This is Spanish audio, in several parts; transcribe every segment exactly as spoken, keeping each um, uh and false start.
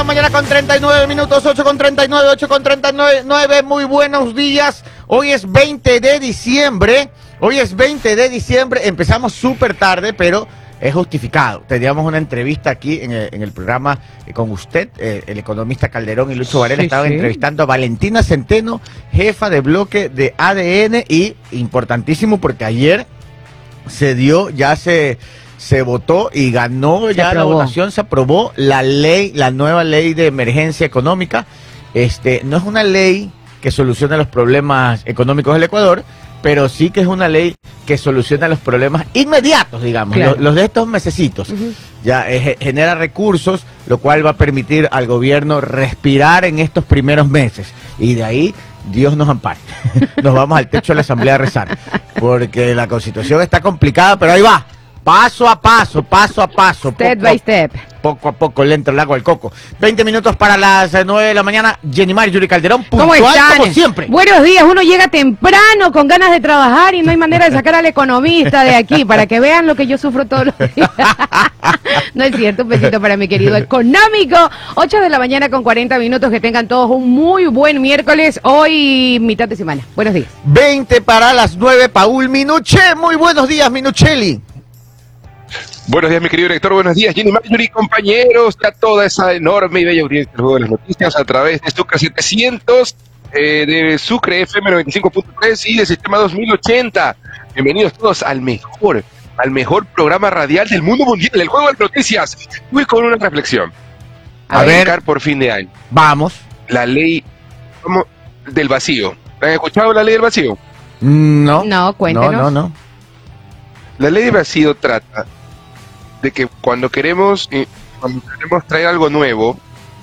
la mañana con treinta y nueve minutos, ocho con treinta y nueve, ocho con treinta y nueve, muy buenos días. Hoy es veinte de diciembre, hoy es veinte de diciembre, empezamos súper tarde, pero es justificado. Teníamos una entrevista aquí en el, en el programa eh, con usted, eh, el economista Calderón y Lucho Varela, sí, estaban sí. entrevistando a Valentina Centeno, jefa de bloque de A D N, y importantísimo porque ayer se dio, ya se... se votó y ganó ya la votación, se aprobó la ley, la nueva ley de emergencia económica. Este, no es una ley que solucione los problemas económicos del Ecuador, pero sí que es una ley que soluciona los problemas inmediatos, digamos, claro. los, los de estos mesecitos. Uh-huh. Ya eh, genera recursos, lo cual va a permitir al gobierno respirar en estos primeros meses. Y de ahí, Dios nos ampare. Nos vamos al techo de la Asamblea a rezar, porque la Constitución está complicada, pero ahí va. Paso a paso, paso a paso. Step by step. Poco a poco le entra el agua al coco. veinte minutos para las nueve de la mañana. Jenimar, Yuri Calderón, puntual ¿Cómo están? Como siempre. Buenos días, uno llega temprano con ganas de trabajar y no hay manera de sacar al economista de aquí para que vean lo que yo sufro todos los días. No es cierto, un besito para mi querido económico. ocho de la mañana con cuarenta minutos, que tengan todos un muy buen miércoles, hoy mitad de semana. Buenos días. veinte para las nueve, Paul Minuché. Muy buenos días, Minuchelli. Buenos días, mi querido director, buenos días, Jenny Mayuri, compañeros, a toda esa enorme y bella audiencia del Juego de las Noticias a través de Sucre setecientos, eh, de Sucre F M noventa y cinco punto tres y de Sistema dos mil ochenta. Bienvenidos todos al mejor, al mejor programa radial del mundo mundial, el Juego de las Noticias. Voy con una reflexión. A, a ver, por fin de año. Vamos. La ley ¿cómo? del vacío. ¿Han escuchado la ley del vacío? No. No, cuéntenos. No, no, no. La ley del vacío trata de que cuando queremos cuando queremos traer algo nuevo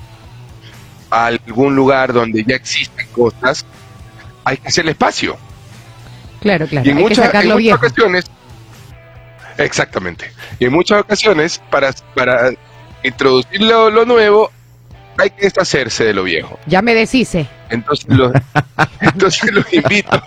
a algún lugar donde ya existen cosas, hay que hacer el espacio. Claro, claro. Y en hay muchas, que sacarlo en muchas viejo. ocasiones, exactamente. Y en muchas ocasiones, para, para introducir lo, lo nuevo, hay que deshacerse de lo viejo. Ya me deshice. Entonces los, entonces los invito,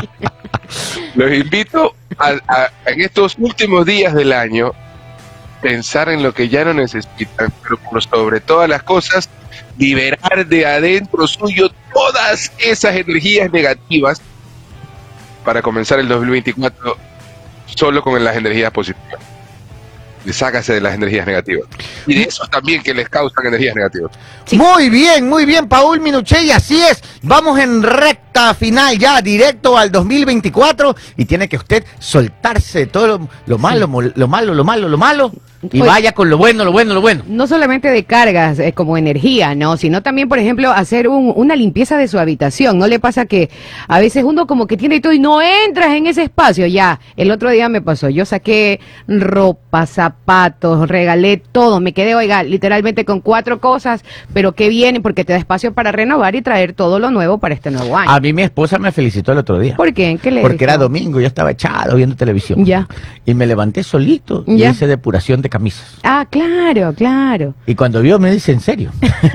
los invito a, a, en estos últimos días del año, pensar en lo que ya no necesitan, pero por sobre todas las cosas, liberar de adentro suyo todas esas energías negativas para comenzar el dos mil veinticuatro solo con las energías positivas. Deshágase de las energías negativas. Y de esos también que les causan energías negativas. Sí. Muy bien, muy bien, Paul Minuché, y así es. Vamos en recta final ya, directo al dos mil veinticuatro, y tiene que usted soltarse de todo lo, lo malo, sí. lo malo, lo malo, lo malo, y pues, vaya con lo bueno, lo bueno, lo bueno. No solamente de cargas eh, como energía, ¿no? Sino también, por ejemplo, hacer un, una limpieza de su habitación. ¿No le pasa que a veces uno como que tiene todo y no entras en ese espacio? Ya, el otro día me pasó, yo saqué ropa, zapatos, regalé todo, me quedé, oiga, literalmente con cuatro cosas, pero qué bien, porque te da espacio para renovar y traer todo lo nuevo para este nuevo año. A mí mi esposa me felicitó el otro día. ¿Por qué? ¿Qué le Porque dijo? Era domingo, yo estaba echado viendo televisión. Ya. Y me levanté solito y ya. hice depuración de camisas. Ah, claro, claro. Y cuando vio me dice, ¿en serio?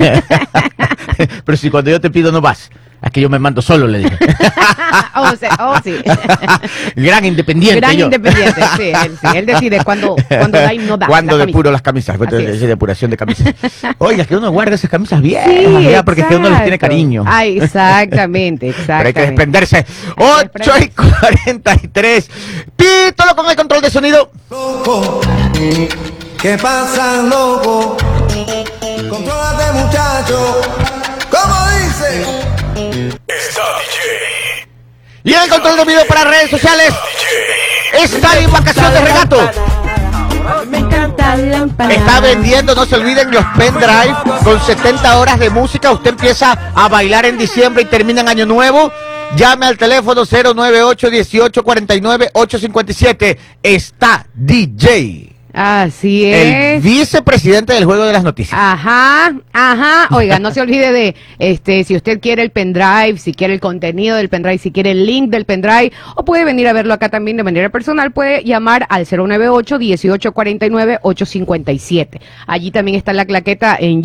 Pero si cuando yo te pido no vas. Es que yo me mando solo, le dije. oh, sí, oh, sí. Gran independiente. Gran yo. independiente, sí él, sí. Él decide cuándo, cuándo da y no da. Cuando depuro las camisas. Entonces, es depuración de camisas. Oiga, es que uno guarda esas camisas bien. Sí, ya, porque es que uno les tiene cariño. Ay, exactamente, exactamente. Pero hay que desprenderse. ocho y cuarenta y tres. Pítalo con el control de sonido. Loco, ¿qué pasa, loco? Contrólate, muchacho. ¿Cómo dice? Está D J. Y en el control de video para redes sociales está en vacaciones de regato. Me encanta la empanada. Está vendiendo, no se olviden, los pendrive con setenta horas de música. Usted empieza a bailar en diciembre y termina en Año Nuevo. Llame al teléfono cero nueve ocho, dieciocho, cuarenta y nueve, ochocientos cincuenta y siete. Está D J. Así es. El vicepresidente del Juego de las Noticias. Ajá, ajá. Oiga, no se olvide de, este, si usted quiere el pendrive, si quiere el contenido del pendrive, si quiere el link del pendrive, o puede venir a verlo acá también de manera personal, puede llamar al cero nueve ocho, dieciocho, cuarenta y nueve, ochocientos cincuenta y siete. Allí también está la claqueta en YouTube.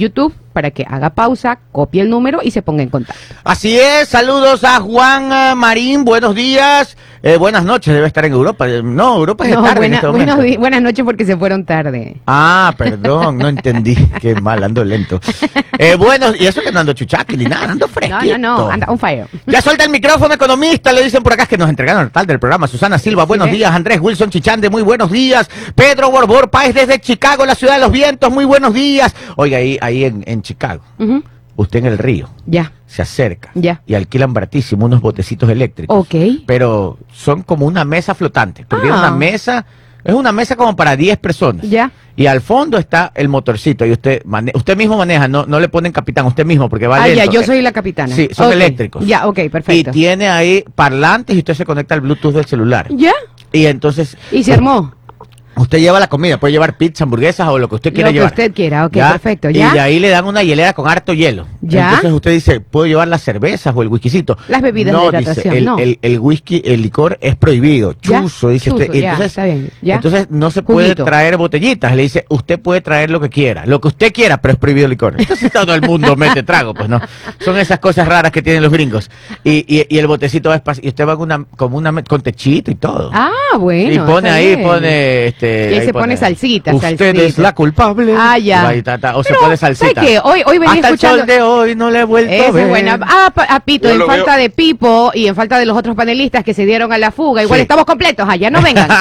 para que haga pausa, copie el número y se ponga en contacto. Así es, saludos a Juan eh, Marín, buenos días, eh, buenas noches, debe estar en Europa. No, Europa es de No, tarde en buena- este momento. buenos di- buenas noches porque se fueron tarde. Ah, perdón, no entendí. Qué mal, ando lento. Eh, bueno, y eso que no ando chuchaqui ni nada, ando No, fresquito. no, no, anda on fire. Ya suelta el micrófono, economista, le dicen por acá, es que nos entregaron el tal del programa. Susana Silva, buenos ¿eh? días. Andrés Wilson Chichande, muy buenos días. Pedro Borbor Páez desde Chicago, la ciudad de los vientos, muy buenos días. Oiga, ahí, ahí en, en Chicago, Ujú. usted en el río, Ya, se acerca Ya. y alquilan baratísimo unos botecitos eléctricos. ok. Pero son como una mesa flotante, porque Ah. es una mesa, es una mesa como para diez personas. Ya. Y al fondo está el motorcito y usted mane- usted mismo maneja, no, no le ponen capitán, usted mismo, porque va Ah, ya, lento. yo soy la capitana. Sí, son Ok. eléctricos. Ya, ok, perfecto. Y tiene ahí parlantes y usted se conecta al Bluetooth del celular. Ya, Y entonces y se armó. usted lleva la comida, puede llevar pizza, hamburguesas o lo que usted quiera Lo que llevar. usted quiera, ok, ¿Ya? perfecto, Y ¿ya? de ahí le dan una hielera con harto hielo. ¿Ya? Entonces usted dice, ¿puedo llevar las cervezas o el whiskycito? Las bebidas no, de hidratación, dice, el, no. el, el whisky, el licor es prohibido. ¿Ya? Chuzo, dice Chuzo, usted. Y ya, entonces, está bien, ¿ya? entonces no se puede Juguito. traer botellitas. Le dice, usted puede traer lo que quiera. Lo que usted quiera, pero es prohibido el licor. Entonces todo el mundo mete trago, pues no. Son esas cosas raras que tienen los gringos. Y, y, y el botecito va espacio. Y usted va con una, como una, me- con techito y todo. Ah, bueno. y pone está ahí, bien. pone este. Y ahí ahí se pone salsita, Usted salsita. es la culpable. Ah, ya. Y va y ta, ta, o Pero, se pone ¿sabe salsita. qué? Hoy- hoy venía Hasta escuchando- el sol de hoy no le he vuelto a Esa ver. es buena. Ah, pa- a Pito, Yo en lo falta veo. de Pipo y en falta de los otros panelistas que se dieron a la fuga, igual Sí. estamos completos, allá no vengan.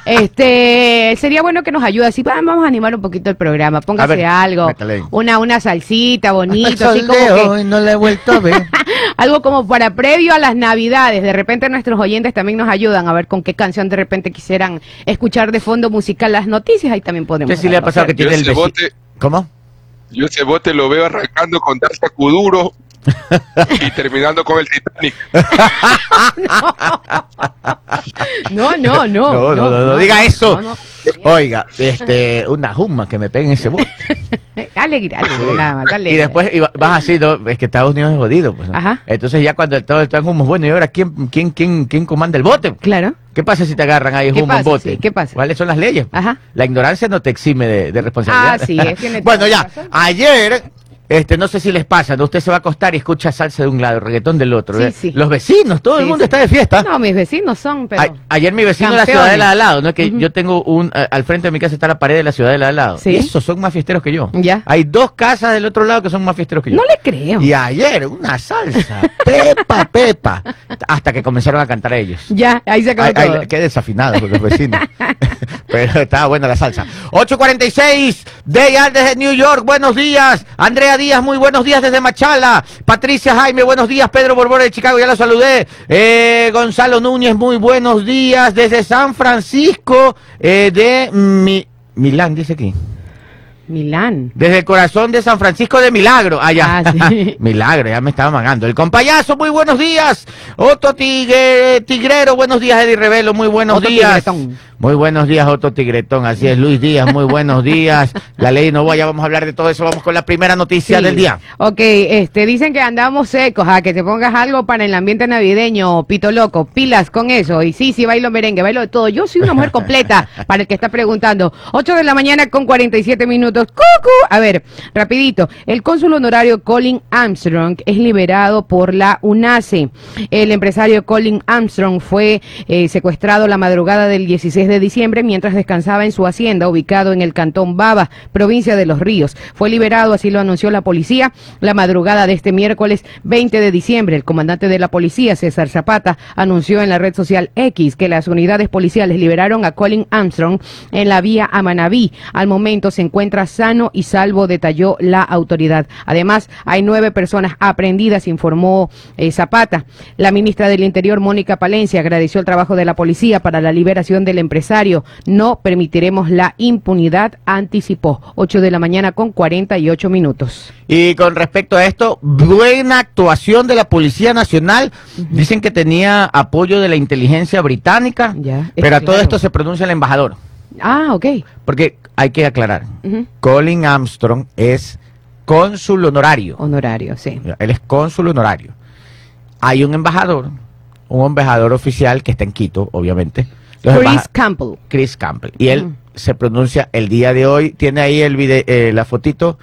este, sería bueno que nos ayude así, va- vamos a animar un poquito el programa, póngase A ver, algo, métale ahí. una una salsita Hasta el bonito, así sol como de que hoy no le he vuelto a ver. algo como para previo a las Navidades. De repente nuestros oyentes también nos ayudan a ver con qué canción de repente quisieran escuchar de fondo musical las noticias, ahí también podemos. ¿Usted sí le ha hacerlo, pasado que ¿cierto? tiene Yo el ese veci- bote- ¿Cómo? Yo ese bote lo veo arrancando con Darza Kuduro y terminando con el Titanic. No, no, no. No, no, no, no diga eso. no, no. Oiga, este, una juma que me peguen ese bote. Alegre, alegre, nada más, alegre. Y después y va- vas así, ¿no? Es que Estados Unidos es jodido, pues, ¿no? Ajá. Entonces ya cuando todo está en humos, bueno, ¿y ahora quién, quién, quién, quién comanda el bote? Claro. ¿Qué pasa si te agarran ahí ¿Qué humo en pasa? bote? Sí, ¿qué pasa? ¿Cuáles son las leyes? Ajá. La ignorancia no te exime de, de responsabilidad. Ah, sí, es, tiene Bueno, toda ya, la razón. ayer, este, no sé si les pasa, ¿no? Usted se va a acostar y escucha salsa de un lado, reggaetón del otro. Sí, ¿eh? sí. Los vecinos, todo el Sí, mundo sí. está de fiesta. No, mis vecinos son, pero... A- ayer mi vecino de la campeones. ciudadela de al lado, ¿no? Que Ujú. yo tengo un, a- al frente de mi casa está la pared de la ciudadela de al lado. Sí. Y esos son más fiesteros que yo. Ya. Hay dos casas del otro lado que son más fiesteros que yo. No le creo. Y ayer, una salsa, pepa, pepa, hasta que comenzaron a cantar ellos. Ya, ahí se acabó Ay, todo. ay, qué desafinados los vecinos. Pero estaba buena la salsa. ocho cuarenta y seis, Deyal desde New York, buenos días. Andrea Díaz, muy buenos días desde Machala. Patricia Jaime, buenos días. Pedro Borbor de Chicago, ya lo saludé. Eh, Gonzalo Núñez, muy buenos días desde San Francisco eh, de Mi- Milán, dice aquí. Milán. Desde el corazón de San Francisco de Milagro. Allá. Ah, sí. Milagro, ya me estaba magando. El compayazo, muy buenos días. Otto Tigre, Tigrero, buenos días. Eddie Revelo, muy buenos Otto días. Tigretón. Muy buenos días, Otto Tigretón. Así es, Luis Díaz, muy buenos días. La ley no vaya, vamos a hablar de todo eso. Vamos con la primera noticia Sí. del día. Ok, este, dicen que andamos secos, a que te pongas algo para el ambiente navideño, pito loco, pilas con eso. Y sí, sí, bailo merengue, bailo de todo. Yo soy una mujer completa, para el que está preguntando. ocho de la mañana con cuarenta y siete minutos. ¡Cucu! A ver, rapidito. El cónsul honorario Colin Armstrong es liberado por la UNACE. El empresario Colin Armstrong fue eh, secuestrado la madrugada del dieciséis de diciembre mientras descansaba en su hacienda ubicado en el cantón Baba, provincia de Los Ríos. Fue liberado, así lo anunció la policía, la madrugada de este miércoles veinte de diciembre. El comandante de la policía, César Zapata, anunció en la red social X que las unidades policiales liberaron a Colin Armstrong en la vía a Manabí. Al momento se encuentra sano y salvo, detalló la autoridad. Además, hay nueve personas aprehendidas, informó eh, Zapata. La ministra del Interior, Mónica Palencia, agradeció el trabajo de la policía para la liberación del empresario. No permitiremos la impunidad, anticipó. ocho de la mañana con cuarenta y ocho minutos. Y con respecto a esto, buena actuación de la Policía Nacional. Dicen que tenía apoyo de la inteligencia británica. Ya, es pero a todo claro. esto se pronuncia el embajador. Ah, ok. Porque hay que aclarar. Ujú. Colin Armstrong es cónsul honorario. Honorario, sí. Él es cónsul honorario. Hay un embajador, un embajador oficial que está en Quito, obviamente. Los Chris embaja- Campbell. Chris Campbell. Y él Ujú. se pronuncia el día de hoy. Tiene ahí el vide- eh, la fotito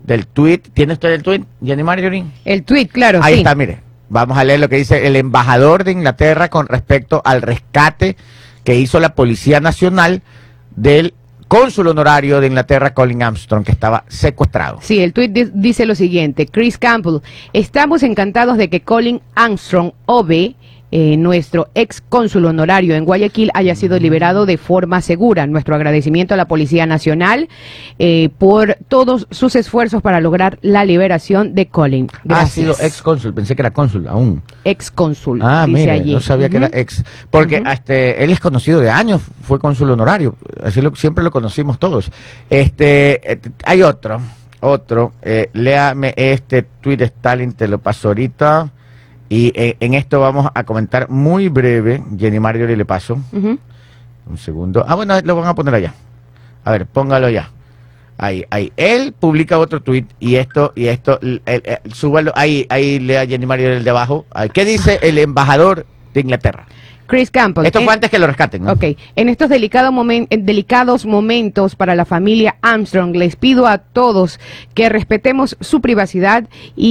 del tweet. ¿Tiene usted el tweet, Jenny Marjorie? El tweet, claro, Ahí sí. está, mire. Vamos a leer lo que dice el embajador de Inglaterra con respecto al rescate que hizo la Policía Nacional del cónsul honorario de Inglaterra, Colin Armstrong, que estaba secuestrado. Sí, el tuit di- dice lo siguiente. Chris Campbell, estamos encantados de que Colin Armstrong, O B, eh, nuestro ex cónsul honorario en Guayaquil, haya sido liberado de forma segura. Nuestro agradecimiento a la Policía Nacional eh, por todos sus esfuerzos para lograr la liberación de Colin. Ha Gracias. sido ex cónsul, pensé que era cónsul aún. Ex cónsul, Ah, dice mire, allí. no sabía que Ujú. era ex. Porque Ujú. este, él es conocido de años, fue cónsul honorario. Así lo, siempre lo conocimos todos. Este, eh, hay otro, otro. Eh, léame este tweet de Stalin, te lo paso ahorita. Y eh, en esto vamos a comentar muy breve. Jenny Marjorie le paso. Ujú. Un segundo. Ah, bueno, lo van a poner allá. A ver, póngalo ya. Ahí, ahí. Él publica otro tweet y esto, y esto, el, el, el, súbalo. Ahí, ahí lea Jenny Mario el de abajo. Ahí. ¿Qué dice el embajador de Inglaterra? Chris Campbell. Esto en- fue antes que lo rescaten, ¿no? Ok, en estos delicado momen- en delicados momentos para la familia Armstrong, les pido a todos que respetemos su privacidad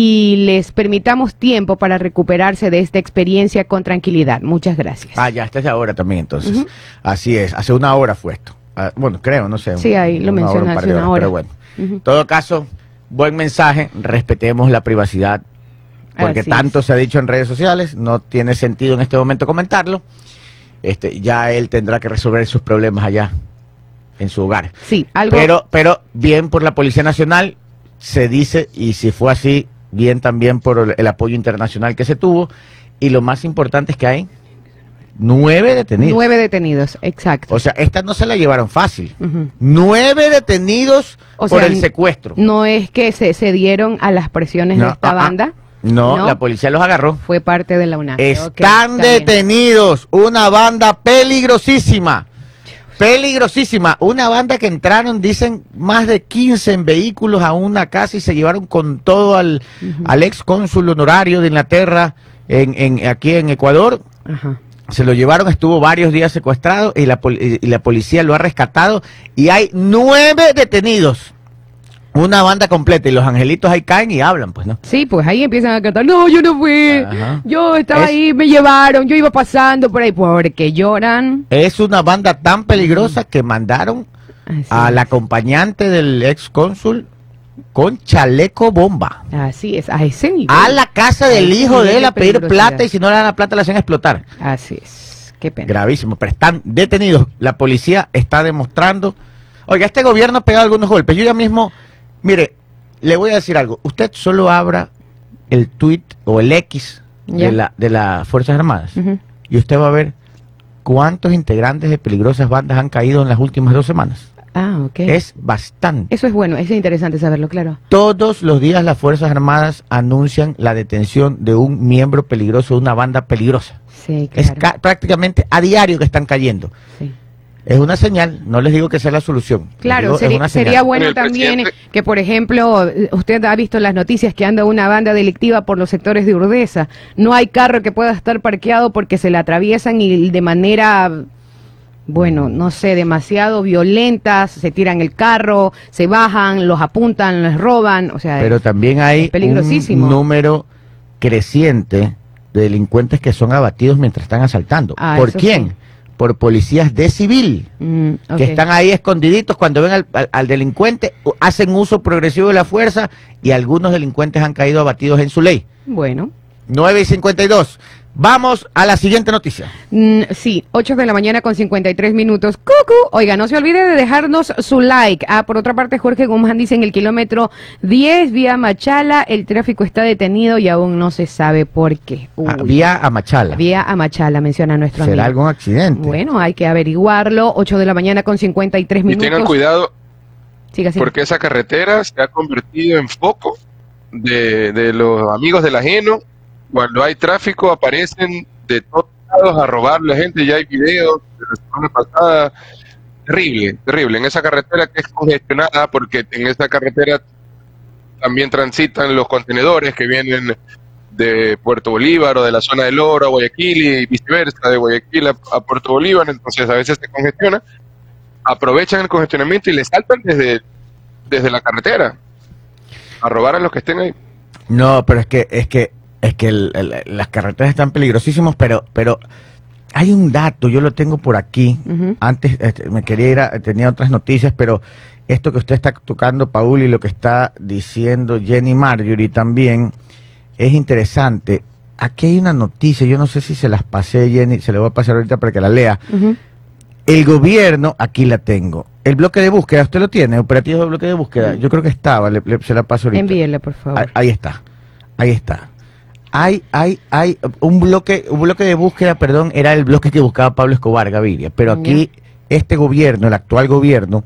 y les permitamos tiempo para recuperarse de esta experiencia con tranquilidad. Muchas gracias. Ah, ya, esta es ahora también, entonces. Ujú. Así es, hace una hora fue esto. Ah, bueno, creo, no sé. Sí, ahí lo una hora, menciona un par hace de una horas, hora. Pero bueno, Ujú. en todo caso, buen mensaje, respetemos la privacidad, porque Así tanto es. se ha dicho en redes sociales, no tiene sentido en este momento comentarlo. Este, ya él tendrá que resolver sus problemas allá en su hogar. Sí, algo. Pero, pero bien por la Policía Nacional, se dice, y si fue así, bien también por el, el apoyo internacional que se tuvo. Y lo más importante es que hay nueve detenidos. Nueve detenidos, exacto. O sea, esta no se la llevaron fácil. Ujú. Nueve detenidos O por sea, el secuestro. No es que se cedieron a las presiones No, de esta ah, ah. banda, No, No. la policía los agarró. fue parte de la UNAM. Ok, Están está bien. detenidos. Una banda peligrosísima. Peligrosísima. Una banda que entraron, dicen, más de quince en vehículos a una casa y se llevaron con todo al, Ujú. al ex cónsul honorario de Inglaterra en, en, aquí en Ecuador. Ajá. Se lo llevaron, estuvo varios días secuestrado y la, pol- y la policía lo ha rescatado. Y hay nueve detenidos. Una banda completa. Y los angelitos ahí caen y hablan, pues, ¿no? Sí, pues ahí empiezan a cantar, no, yo no fui, Ajá. yo estaba Es- ahí, me llevaron, yo iba pasando por ahí, porque lloran. Es una banda tan peligrosa que mandaron Así al es. acompañante del ex cónsul con chaleco bomba Así es, a ese nivel. a la casa del A ese hijo de nivel él a pedir peligrosidad. plata y si no le dan la plata le hacen explotar. Así es, qué pena. Gravísimo, pero están detenidos. La policía está demostrando. Oiga, este gobierno ha pegado algunos golpes. Yo ya mismo, mire, le voy a decir algo. Usted solo abra el tweet o el X Ya. de, la, de las Fuerzas Armadas Ujú. y usted va a ver cuántos integrantes de peligrosas bandas han caído en las últimas dos semanas. Ah, ok. Es bastante. Eso es bueno, es interesante saberlo, claro. Todos los días las Fuerzas Armadas anuncian la detención de un miembro peligroso, de una banda peligrosa. Sí, Es claro. ca- prácticamente a diario que están cayendo. Sí. Es una señal, no les digo que sea la solución. les Claro, digo, es sería, una sería señal. bueno El también presidente- que, por ejemplo, usted ha visto las noticias que anda una banda delictiva por los sectores de Urdesa. No hay carro que pueda estar parqueado porque se la atraviesan y de manera, bueno, no sé, demasiado violentas, se tiran el carro, se bajan, los apuntan, les roban, o sea, Pero también hay es peligrosísimo. un número creciente de delincuentes que son abatidos mientras están asaltando. Ah, ¿Por eso quién? sí. Por policías de civil. mm, ok. Que están ahí escondiditos cuando ven al, al- al delincuente, u- hacen uso progresivo de la fuerza y algunos delincuentes han caído abatidos en su ley. Bueno. nueve y cincuenta y dos. Vamos a la siguiente noticia. Mm, sí, ocho de la mañana con cincuenta y tres minutos. ¡Cucu! Oiga, no se olvide de dejarnos su like. Ah, por otra parte, Jorge Guzmán dice en el kilómetro diez, vía Machala, el tráfico está detenido y aún no se sabe por qué. Uy. Ah, vía a Machala. Vía a Machala, menciona nuestro ¿Será amigo. algún accidente? Bueno, hay que averiguarlo. ocho de la mañana con cincuenta y tres Y minutos. tengan cuidado Siga así. porque esa carretera se ha convertido en foco de, de los amigos del ajeno. Cuando hay tráfico aparecen de todos lados a robar la gente. Ya hay videos de la semana pasada. Terrible, terrible. En esa carretera que es congestionada porque en esa carretera también transitan los contenedores que vienen de Puerto Bolívar o de la zona del Oro a Guayaquil y viceversa, de Guayaquil a, a Puerto Bolívar. Entonces a veces se congestiona, aprovechan el congestionamiento y le saltan desde, desde la carretera. a robar a los que estén ahí. No, pero es que, es que, es que el, el, las carreteras están peligrosísimas, pero, pero hay un dato, yo lo tengo por aquí. Ujú. Antes este, me quería ir a, tenía otras noticias, pero esto que usted está tocando, Paul, y lo que está diciendo Jenny Marjorie también, es interesante. Aquí hay una noticia, yo no sé si se las pasé, Jenny, se la voy a pasar ahorita para que la lea. Ujú. El gobierno, aquí la tengo. El bloque de búsqueda, ¿usted lo tiene? Operativo de bloque de búsqueda. Yo creo que estaba, le, le- se la paso ahorita. Envíele, por favor. Ahí, ahí está, ahí está. Hay, hay, hay un bloque, un bloque de búsqueda, perdón, era el bloque que buscaba Pablo Escobar Gaviria. Pero aquí, este gobierno, el actual gobierno,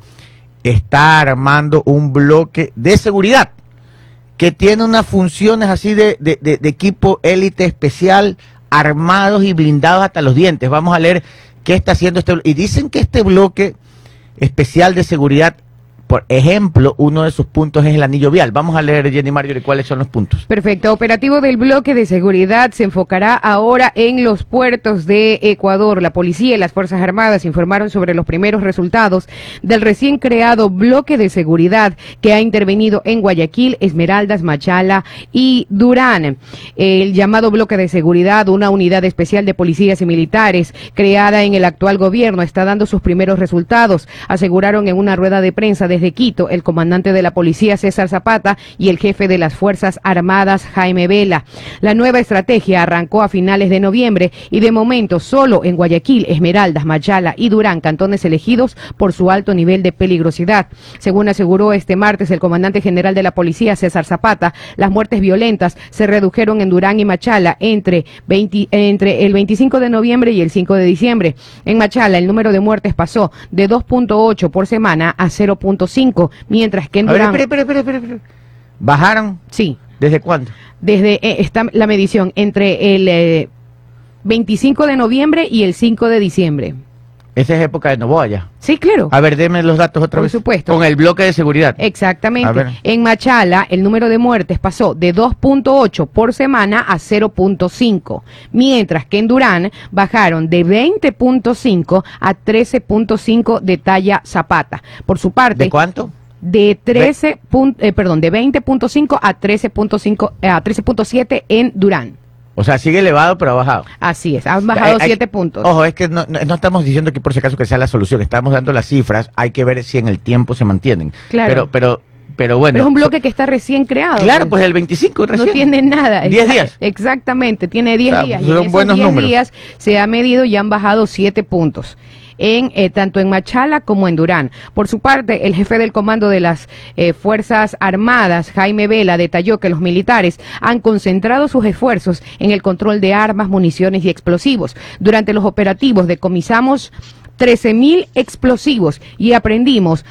está armando un bloque de seguridad que tiene unas funciones así de, de, de, de equipo élite especial, armados y blindados hasta los dientes. Vamos a leer qué está haciendo este blo- y dicen que este bloque especial de seguridad, por ejemplo, uno de sus puntos es el anillo vial. Vamos a leer, Jenny Marjorie, cuáles son los puntos. Perfecto. Operativo del bloque de seguridad se enfocará ahora en los puertos de Ecuador. La policía y las Fuerzas Armadas informaron sobre los primeros resultados del recién creado bloque de seguridad que ha intervenido en Guayaquil, Esmeraldas, Machala y Durán. El llamado bloque de seguridad, una unidad especial de policías y militares creada en el actual gobierno, está dando sus primeros resultados, aseguraron en una rueda de prensa desde Quito el comandante de la policía César Zapata y el jefe de las Fuerzas Armadas Jaime Vela. La nueva estrategia arrancó a finales de noviembre y de momento solo en Guayaquil, Esmeraldas, Machala y Durán, cantones elegidos por su alto nivel de peligrosidad. Según aseguró este martes el comandante general de la policía César Zapata, las muertes violentas se redujeron en Durán y Machala entre, veinte, entre el veinticinco de noviembre y el cinco de diciembre. En Machala el número de muertes pasó de dos punto ocho por semana a cero punto cinco, mientras que en A ver, Durán... espere, espere, espere, espere. ¿Bajaron? Sí, ¿Desde cuándo? desde eh, está la medición entre el eh, veinticinco de noviembre y el cinco de diciembre. Esa es época de Novoa ya. Sí, claro. A ver, deme los datos otra Por vez. supuesto. Con el bloque de seguridad. A Exactamente. ver. En Machala, el número de muertes pasó de dos punto ocho por semana a cero punto cinco, mientras que en Durán bajaron de veinte punto cinco a trece punto cinco, detalla Zapata. Por su parte, ¿De cuánto? de trece pun- eh, perdón, de veinte punto cinco a trece punto cinco, eh, a trece punto siete en Durán. O sea, sigue elevado, pero ha bajado. Así es, han bajado Hay- hay- siete puntos. Ojo, es que no, no, no estamos diciendo que por si acaso que sea la solución, estamos dando las cifras, hay que ver si en el tiempo se mantienen. Claro. Pero, pero, pero bueno. Pero es un bloque que está recién creado. Claro, pues el veinticinco recién. No tiene nada. diez Está- días. Exactamente, tiene diez O sea, días. son Y en esos buenos diez números. días se ha medido y han bajado siete puntos. En, eh, tanto en Machala como en Durán. Por su parte, el jefe del comando de las eh, Fuerzas Armadas, Jaime Vela, detalló que los militares han concentrado sus esfuerzos en el control de armas, municiones y explosivos. Durante los operativos decomisamos trece mil explosivos y aprendimos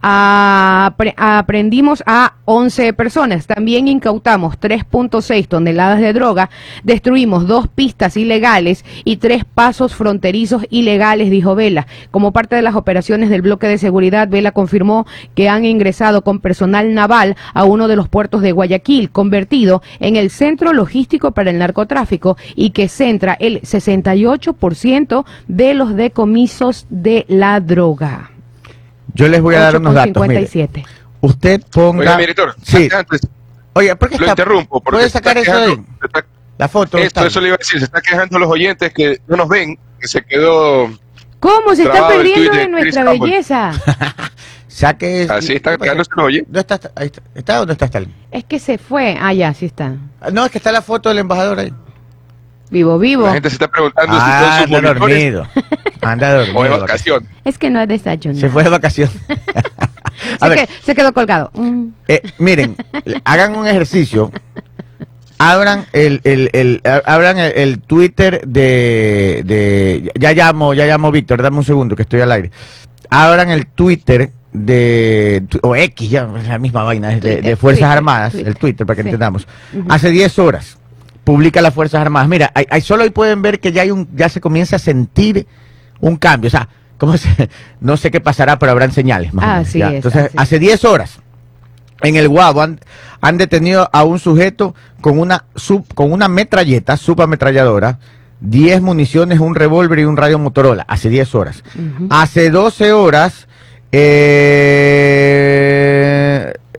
a, apre- aprendimos a once personas. También incautamos tres punto seis toneladas de droga, destruimos dos pistas ilegales y tres pasos fronterizos ilegales, dijo Vela. Como parte de las operaciones del bloque de seguridad, Vela confirmó que han ingresado con personal naval a uno de los puertos de Guayaquil, convertido en el centro logístico para el narcotráfico y que centra el sesenta y ocho por ciento de los decomisos de la droga. Yo les voy a dar ocho unos con datos. cincuenta y Mire. siete. Usted ponga. Oiga, mi director, Sí. antes Oye, ¿por qué lo está? interrumpo. Porque ¿Puede se sacar está eso de ahí? quejando- se está- La foto. Esto, está. eso le iba a decir, se está quejando los oyentes que no nos ven, que se quedó... ¿Cómo se está Grabado el perdiendo tuit de de nuestra Chris Campbell. belleza? Saque. Así está ¿qué pasa? quedándose los oyentes. ¿Dónde está? Ahí está. ¿Está o dónde está Stalin? Es que se fue. Ah, ya, sí está. No, es que está la foto del embajador ahí. Vivo, vivo. La gente se está preguntando Ah, si todos sus anda monitores dormido. Anda dormido. o de de vacación. Es que no es desayuno. Se fue de vacación. A Se, ver, que- se quedó colgado. Mm. eh, miren, hagan un ejercicio. Abran el, el, el, abran el, el Twitter de, de. Ya llamo, ya llamo Víctor, dame un segundo que estoy al aire. Abran el Twitter de. O X, ya es la misma vaina, es de, de Twitter, Fuerzas Twitter, Armadas, Twitter. el Twitter, para que Sí. entendamos. Ujú. Hace diez horas publica las Fuerzas Armadas. Mira, ahí, ahí solo ahí pueden ver que ya hay un, ya se comienza a sentir un cambio. O sea, ¿cómo se, no sé qué pasará, pero habrán señales. Más o menos, Así ya. es, Entonces, así hace diez horas, en el Guabo, han, han detenido a un sujeto con una sub, con una metralleta, subametralladora, diez municiones, un revólver y un radio Motorola. Hace diez horas. Ujú. Hace doce horas, eh,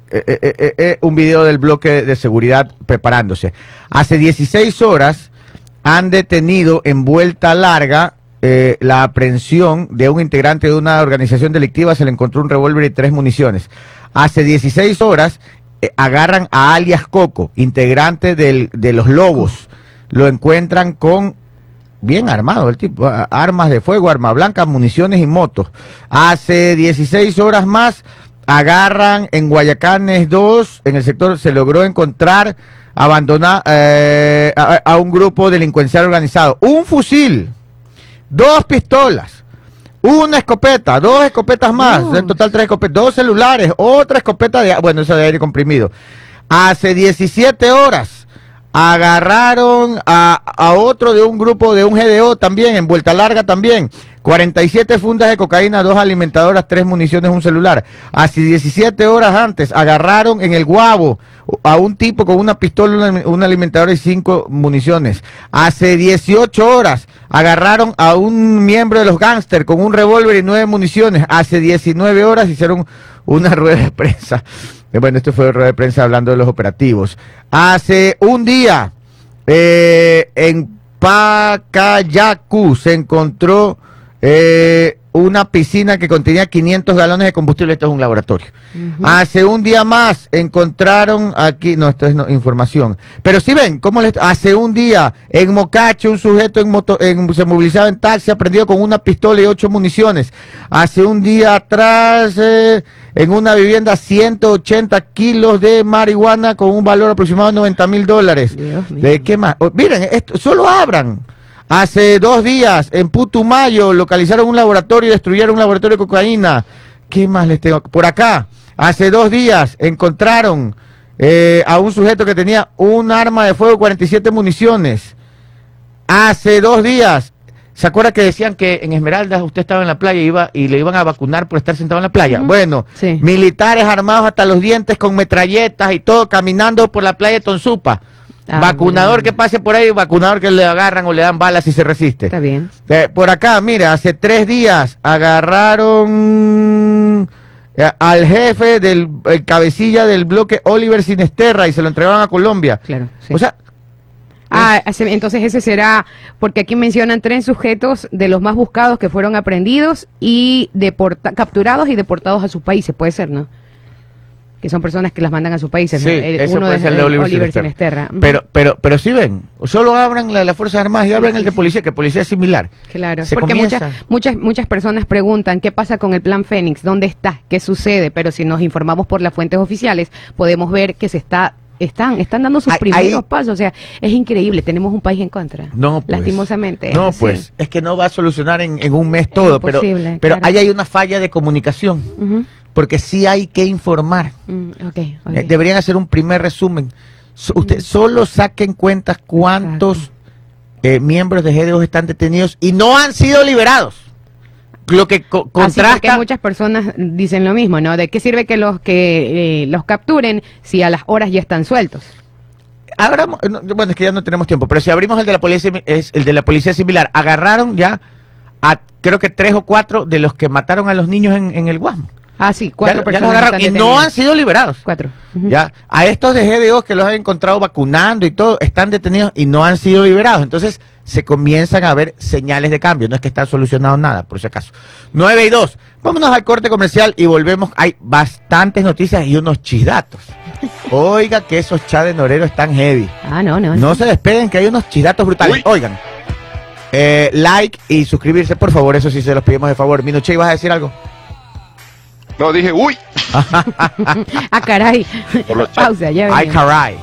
eh, eh, eh, eh, un video del bloque de seguridad preparándose. Hace dieciséis horas han detenido en Vuelta Larga eh, la aprehensión de un integrante de una organización delictiva. Se le encontró un revólver y tres municiones. Hace dieciséis horas eh, agarran a alias Coco, integrante del, de los Lobos. Lo encuentran con bien armado el tipo, armas de fuego, armas blancas, municiones y motos. Hace dieciséis horas más agarran en Guayacanes dos, en el sector se logró encontrar abandonar eh, a, a un grupo delincuencial organizado, un fusil, dos pistolas, una escopeta, dos escopetas más, No. en total tres escopetas, dos celulares, otra escopeta de, bueno, eso de aire comprimido. Hace diecisiete horas agarraron a, a otro de un grupo de un G D O también, en Vuelta Larga también, cuarenta y siete fundas de cocaína, dos alimentadoras, tres municiones, un celular. Hace diecisiete horas antes agarraron en el Guabo a un tipo con una pistola, una, una alimentadora y cinco municiones. Hace dieciocho horas agarraron a un miembro de los gángsters con un revólver y nueve municiones. Hace diecinueve horas hicieron una rueda de prensa. Bueno, esto fue rueda de prensa hablando de los operativos. Hace un día eh, en Pacayacu se encontró eh, una piscina que contenía quinientos galones de combustible. Esto es un laboratorio. Uh-huh. Hace un día más encontraron aquí, no, esto es no, información, pero si ven, ¿cómo les, hace un día en Mocache un sujeto en moto, en, se movilizaba en taxi, aprendido con una pistola y ocho municiones. Hace un día atrás eh, en una vivienda ciento ochenta kilos de marihuana con un valor aproximado de noventa mil dólares. ¿De qué más? Oh, miren, esto, solo abran. Hace dos días, en Putumayo, localizaron un laboratorio y destruyeron un laboratorio de cocaína. ¿Qué más les tengo? Por acá, hace dos días, encontraron eh, a un sujeto que tenía un arma de fuego, cuarenta y siete municiones. Hace dos días, ¿se acuerda que decían que en Esmeraldas usted estaba en la playa y, iba, y le iban a vacunar por estar sentado en la playa? Uh-huh. Bueno, sí. Militares armados hasta los dientes con metralletas y todo, caminando por la playa de Tonsupa. Ah, vacunador bien. Que pase por ahí, vacunador que le agarran o le dan balas y se resiste. Está bien. Eh, por acá, mira, hace tres días agarraron eh, al jefe del el cabecilla del bloque Oliver Sinesterra y se lo entregaron a Colombia. Claro, sí. O sea, ah, entonces ese será, porque aquí mencionan tres sujetos de los más buscados que fueron aprendidos y deporta, capturados y deportados a sus países, puede ser, ¿no? Que son personas que las mandan a sus países. Sí, ¿no? El, eso uno puede de, ser el de Oliver, Oliver Sinesterra. Pero, pero, pero sí ven, solo abran la, las Fuerzas Armadas y abran el de policía, que policía es similar. Claro, Se porque comienza... muchas, muchas, muchas personas preguntan qué pasa con el Plan Fénix, dónde está, qué sucede, pero si nos informamos por las fuentes oficiales, podemos ver que se está están están dando sus Ahí, primeros ahí, pasos, o sea, es increíble, tenemos un país en contra. No, pues, lastimosamente. No, sí. pues, es que no va a solucionar en, en un mes todo, pero, pero claro. ahí hay una falla de comunicación, uh-huh. porque sí hay que informar. Mm, okay, okay. Eh, deberían hacer un primer resumen. So, usted, mm. Solo saquen cuentas cuántos eh, miembros de G D O están detenidos y no han sido liberados. Lo que co contrasta... Así que muchas personas dicen lo mismo, ¿no? ¿De qué sirve que los que eh, los capturen si a las horas ya están sueltos? Ahora, no, bueno, es que ya no tenemos tiempo, pero si abrimos el de la policía, es el de la policía similar, agarraron ya a creo que tres o cuatro de los que mataron a los niños en, en el Guasmo. Ah, sí, cuatro ya, personas. Ya agarraron, y no han sido liberados. Cuatro. Uh-huh. Ya, a estos de G D O que los han encontrado vacunando y todo, están detenidos y no han sido liberados. Entonces, se comienzan a ver señales de cambio. No es que está solucionado nada, por si acaso. nueve y dos. Vámonos al corte comercial y volvemos. Hay bastantes noticias y unos chidatos. Oiga, que esos chats de Norero están heavy. Ah, no, no. No se despeguen, que hay unos chidatos brutales. Uy. Oigan, eh, like y suscribirse, por favor. Eso sí se los pedimos de favor. Minuche, ¿ibas a decir algo? No, dije, uy. Ah, caray. Por los Pausa, ya Ay, caray.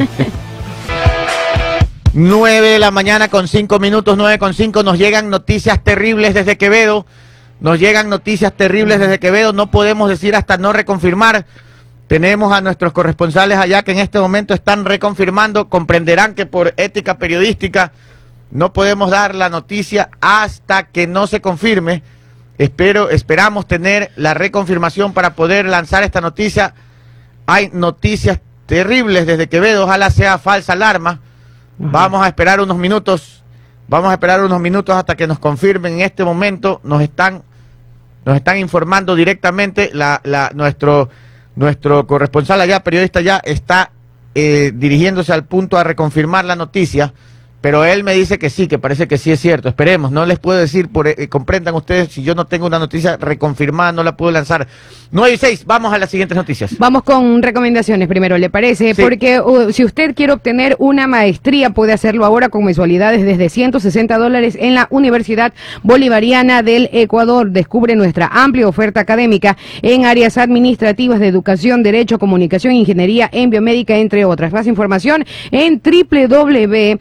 nueve de la mañana con cinco minutos, nueve con cinco. Nos llegan noticias terribles desde Quevedo. Nos llegan noticias terribles desde Quevedo. No podemos decir hasta no reconfirmar. Tenemos a nuestros corresponsales allá que en este momento están reconfirmando. Comprenderán que por ética periodística no podemos dar la noticia hasta que no se confirme. Espero, esperamos tener la reconfirmación para poder lanzar esta noticia. Hay noticias terribles desde Quevedo, ojalá sea falsa alarma. Uh-huh. Vamos a esperar unos minutos, vamos a esperar unos minutos hasta que nos confirmen. En este momento nos están, nos están informando directamente la, la, nuestro nuestro corresponsal allá, periodista ya, está eh, dirigiéndose al punto a reconfirmar la noticia, pero él me dice que sí, que parece que sí es cierto. Esperemos, no les puedo decir, por, eh, comprendan ustedes, si yo no tengo una noticia reconfirmada, no la puedo lanzar. nueve y seis, vamos a las siguientes noticias. Vamos con recomendaciones primero, ¿le parece? Sí. Porque uh, si usted quiere obtener una maestría, puede hacerlo ahora con mensualidades desde ciento sesenta dólares en la Universidad Bolivariana del Ecuador. Descubre nuestra amplia oferta académica en áreas administrativas de educación, derecho, comunicación, ingeniería, en biomédica, entre otras. Más información en doble u doble u doble u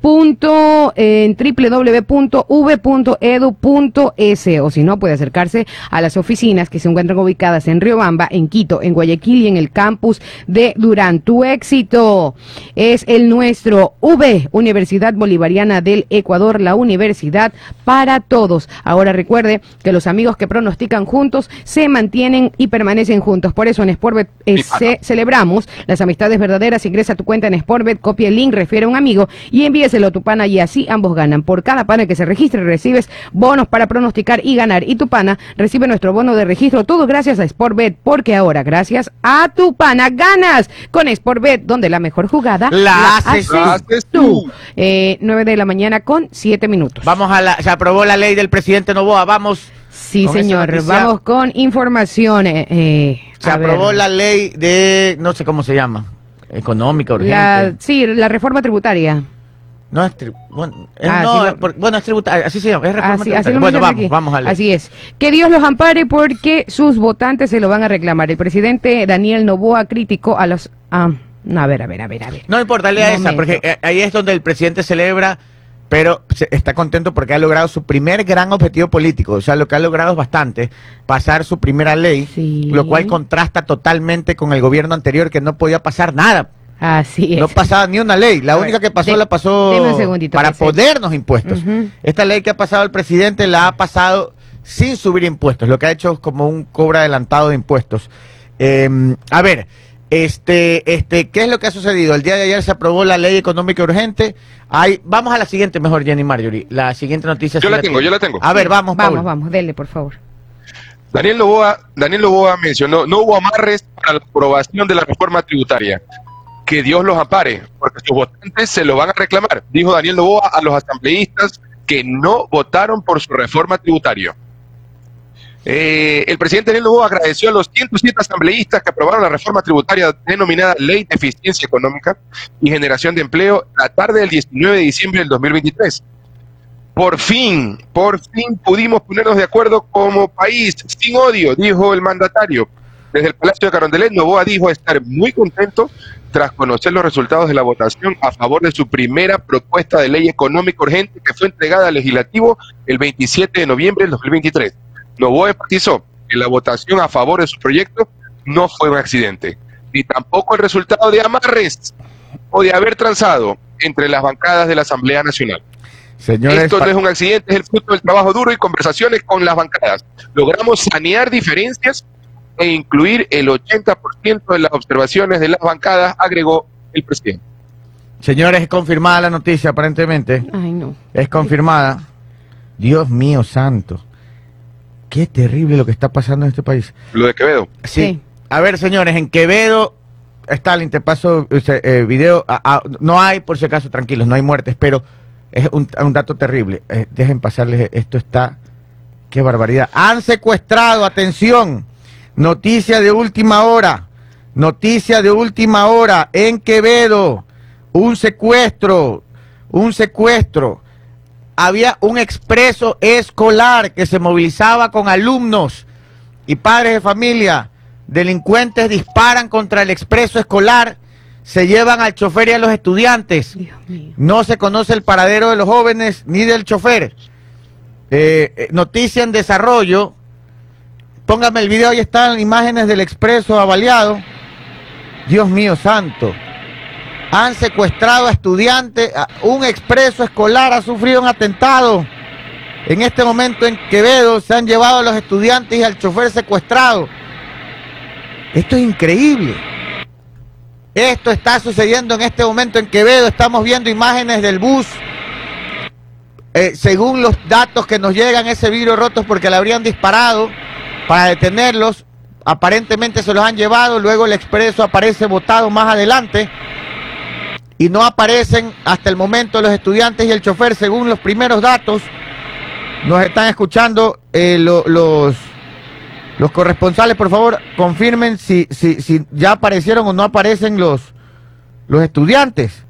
punto en doble u doble u doble u punto v punto edu punto es, o si no puede acercarse a las oficinas que se encuentran ubicadas en Riobamba, en Quito, en Guayaquil y en el campus de Durán. Tu éxito es el nuestro. U B, Universidad Bolivariana del Ecuador, la universidad para todos. Ahora recuerde que los amigos que pronostican juntos se mantienen y permanecen juntos. Por eso en Sportbet eh, ce- celebramos las amistades verdaderas. Ingresa a tu cuenta en Sportbet, copia el link, refiere a un amigo y envíeselo a tu pana, y así ambos ganan. Por cada pana que se registre recibes bonos para pronosticar y ganar, y tu pana recibe nuestro bono de registro, todo gracias a Sportbet, porque ahora gracias a tu pana ganas con Sportbet, donde la mejor jugada La haces tú. Eh, nueve de la mañana con siete minutos. Vamos a la, se aprobó la ley del presidente Noboa, vamos. Sí, con esa señor, noticia. vamos con información. Eh, eh, Se a aprobó ver. la ley de, no sé cómo se llama, económica, urgente. La, sí, la reforma tributaria. No es tri- bueno, es, Ah, no, sí, es lo- por- bueno, es tributaria, así se llama, es reforma Así, así tributaria. lo Bueno, mencionan vamos, aquí. vamos a leer. Así es. Que Dios los ampare porque sus votantes se lo van a reclamar. El presidente Daniel Noboa criticó a los... Ah, no, a ver, a ver, a ver, a ver. No importa, lea esa, Momento. porque eh, ahí es donde el presidente celebra, pero se- está contento porque ha logrado su primer gran objetivo político. O sea, lo que ha logrado es bastante, pasar su primera ley, Sí. lo cual contrasta totalmente con el gobierno anterior, que no podía pasar nada. Así es. No pasaba ni una ley. La A única ver, que pasó de- la pasó deme un segundito, para que se- ponernos impuestos. Ujú. Esta ley que ha pasado el presidente la ha pasado sin subir impuestos. Lo que ha hecho es como un cobro adelantado de impuestos. Eh, a ver, este, este, ¿qué es lo que ha sucedido? El día de ayer se aprobó la ley económica urgente. Hay, vamos a la siguiente, mejor, Jenny Marjorie. La siguiente noticia. Yo sí la tengo, tiene. yo la tengo. A ver, vamos, Vamos, Paul. vamos, dele, por favor. Daniel Noboa, Daniel Noboa mencionó, no hubo amarres para la aprobación de la reforma tributaria. Que Dios los ampare, porque sus votantes se lo van a reclamar, dijo Daniel Noboa a los asambleístas que no votaron por su reforma tributaria. Eh, el presidente Daniel Noboa agradeció a los ciento siete asambleístas que aprobaron la reforma tributaria denominada Ley de Eficiencia Económica y Generación de Empleo la tarde del diecinueve de diciembre del dos mil veintitrés. Por fin, por fin pudimos ponernos de acuerdo como país, sin odio, dijo el mandatario. Desde el Palacio de Carondelet, Noboa dijo estar muy contento tras conocer los resultados de la votación a favor de su primera propuesta de ley económica urgente que fue entregada al Legislativo el veintisiete de noviembre del dos mil veintitrés. Noboa enfatizó que la votación a favor de su proyecto no fue un accidente, ni tampoco el resultado de amarres o de haber transado entre las bancadas de la Asamblea Nacional. Señores, Esto no pa- es un accidente, es el fruto del trabajo duro y conversaciones con las bancadas. Logramos sanear diferencias e incluir el ochenta por ciento de las observaciones de las bancadas, agregó el presidente. señores, es confirmada la noticia, aparentemente. Ay, no. Es confirmada. Dios mío santo. Qué terrible lo que está pasando en este país. Lo de Quevedo. Sí. Sí. A ver, señores, en Quevedo, Stalin, te paso ese, eh, video. Ah, ah, no hay, por si acaso, tranquilos, no hay muertes, pero es un, un dato terrible. Eh, dejen pasarles, esto está... Qué barbaridad. Han secuestrado, atención, noticia de última hora, noticia de última hora en Quevedo, un secuestro, un secuestro. Había un expreso escolar que se movilizaba con alumnos y padres de familia. Delincuentes disparan contra el expreso escolar, se llevan al chofer y a los estudiantes. Dios mío. No se conoce el paradero de los jóvenes ni del chofer. Eh, eh, noticia en desarrollo. Póngame el video, ahí están imágenes del expreso avaliado. Dios mío santo. Han secuestrado a estudiantes. A un expreso escolar ha sufrido un atentado. En este momento en Quevedo se han llevado a los estudiantes y al chofer secuestrado. Esto es increíble. Esto está sucediendo en este momento en Quevedo. Estamos viendo imágenes del bus. Eh, según los datos que nos llegan, ese vidrio roto es porque le habrían disparado para detenerlos. aparentemente se los han llevado, luego el expreso aparece botado más adelante y no aparecen hasta el momento los estudiantes y el chofer, según los primeros datos. Nos están escuchando eh, lo, los, los corresponsales, por favor, confirmen si, si, si ya aparecieron o no aparecen los, los estudiantes.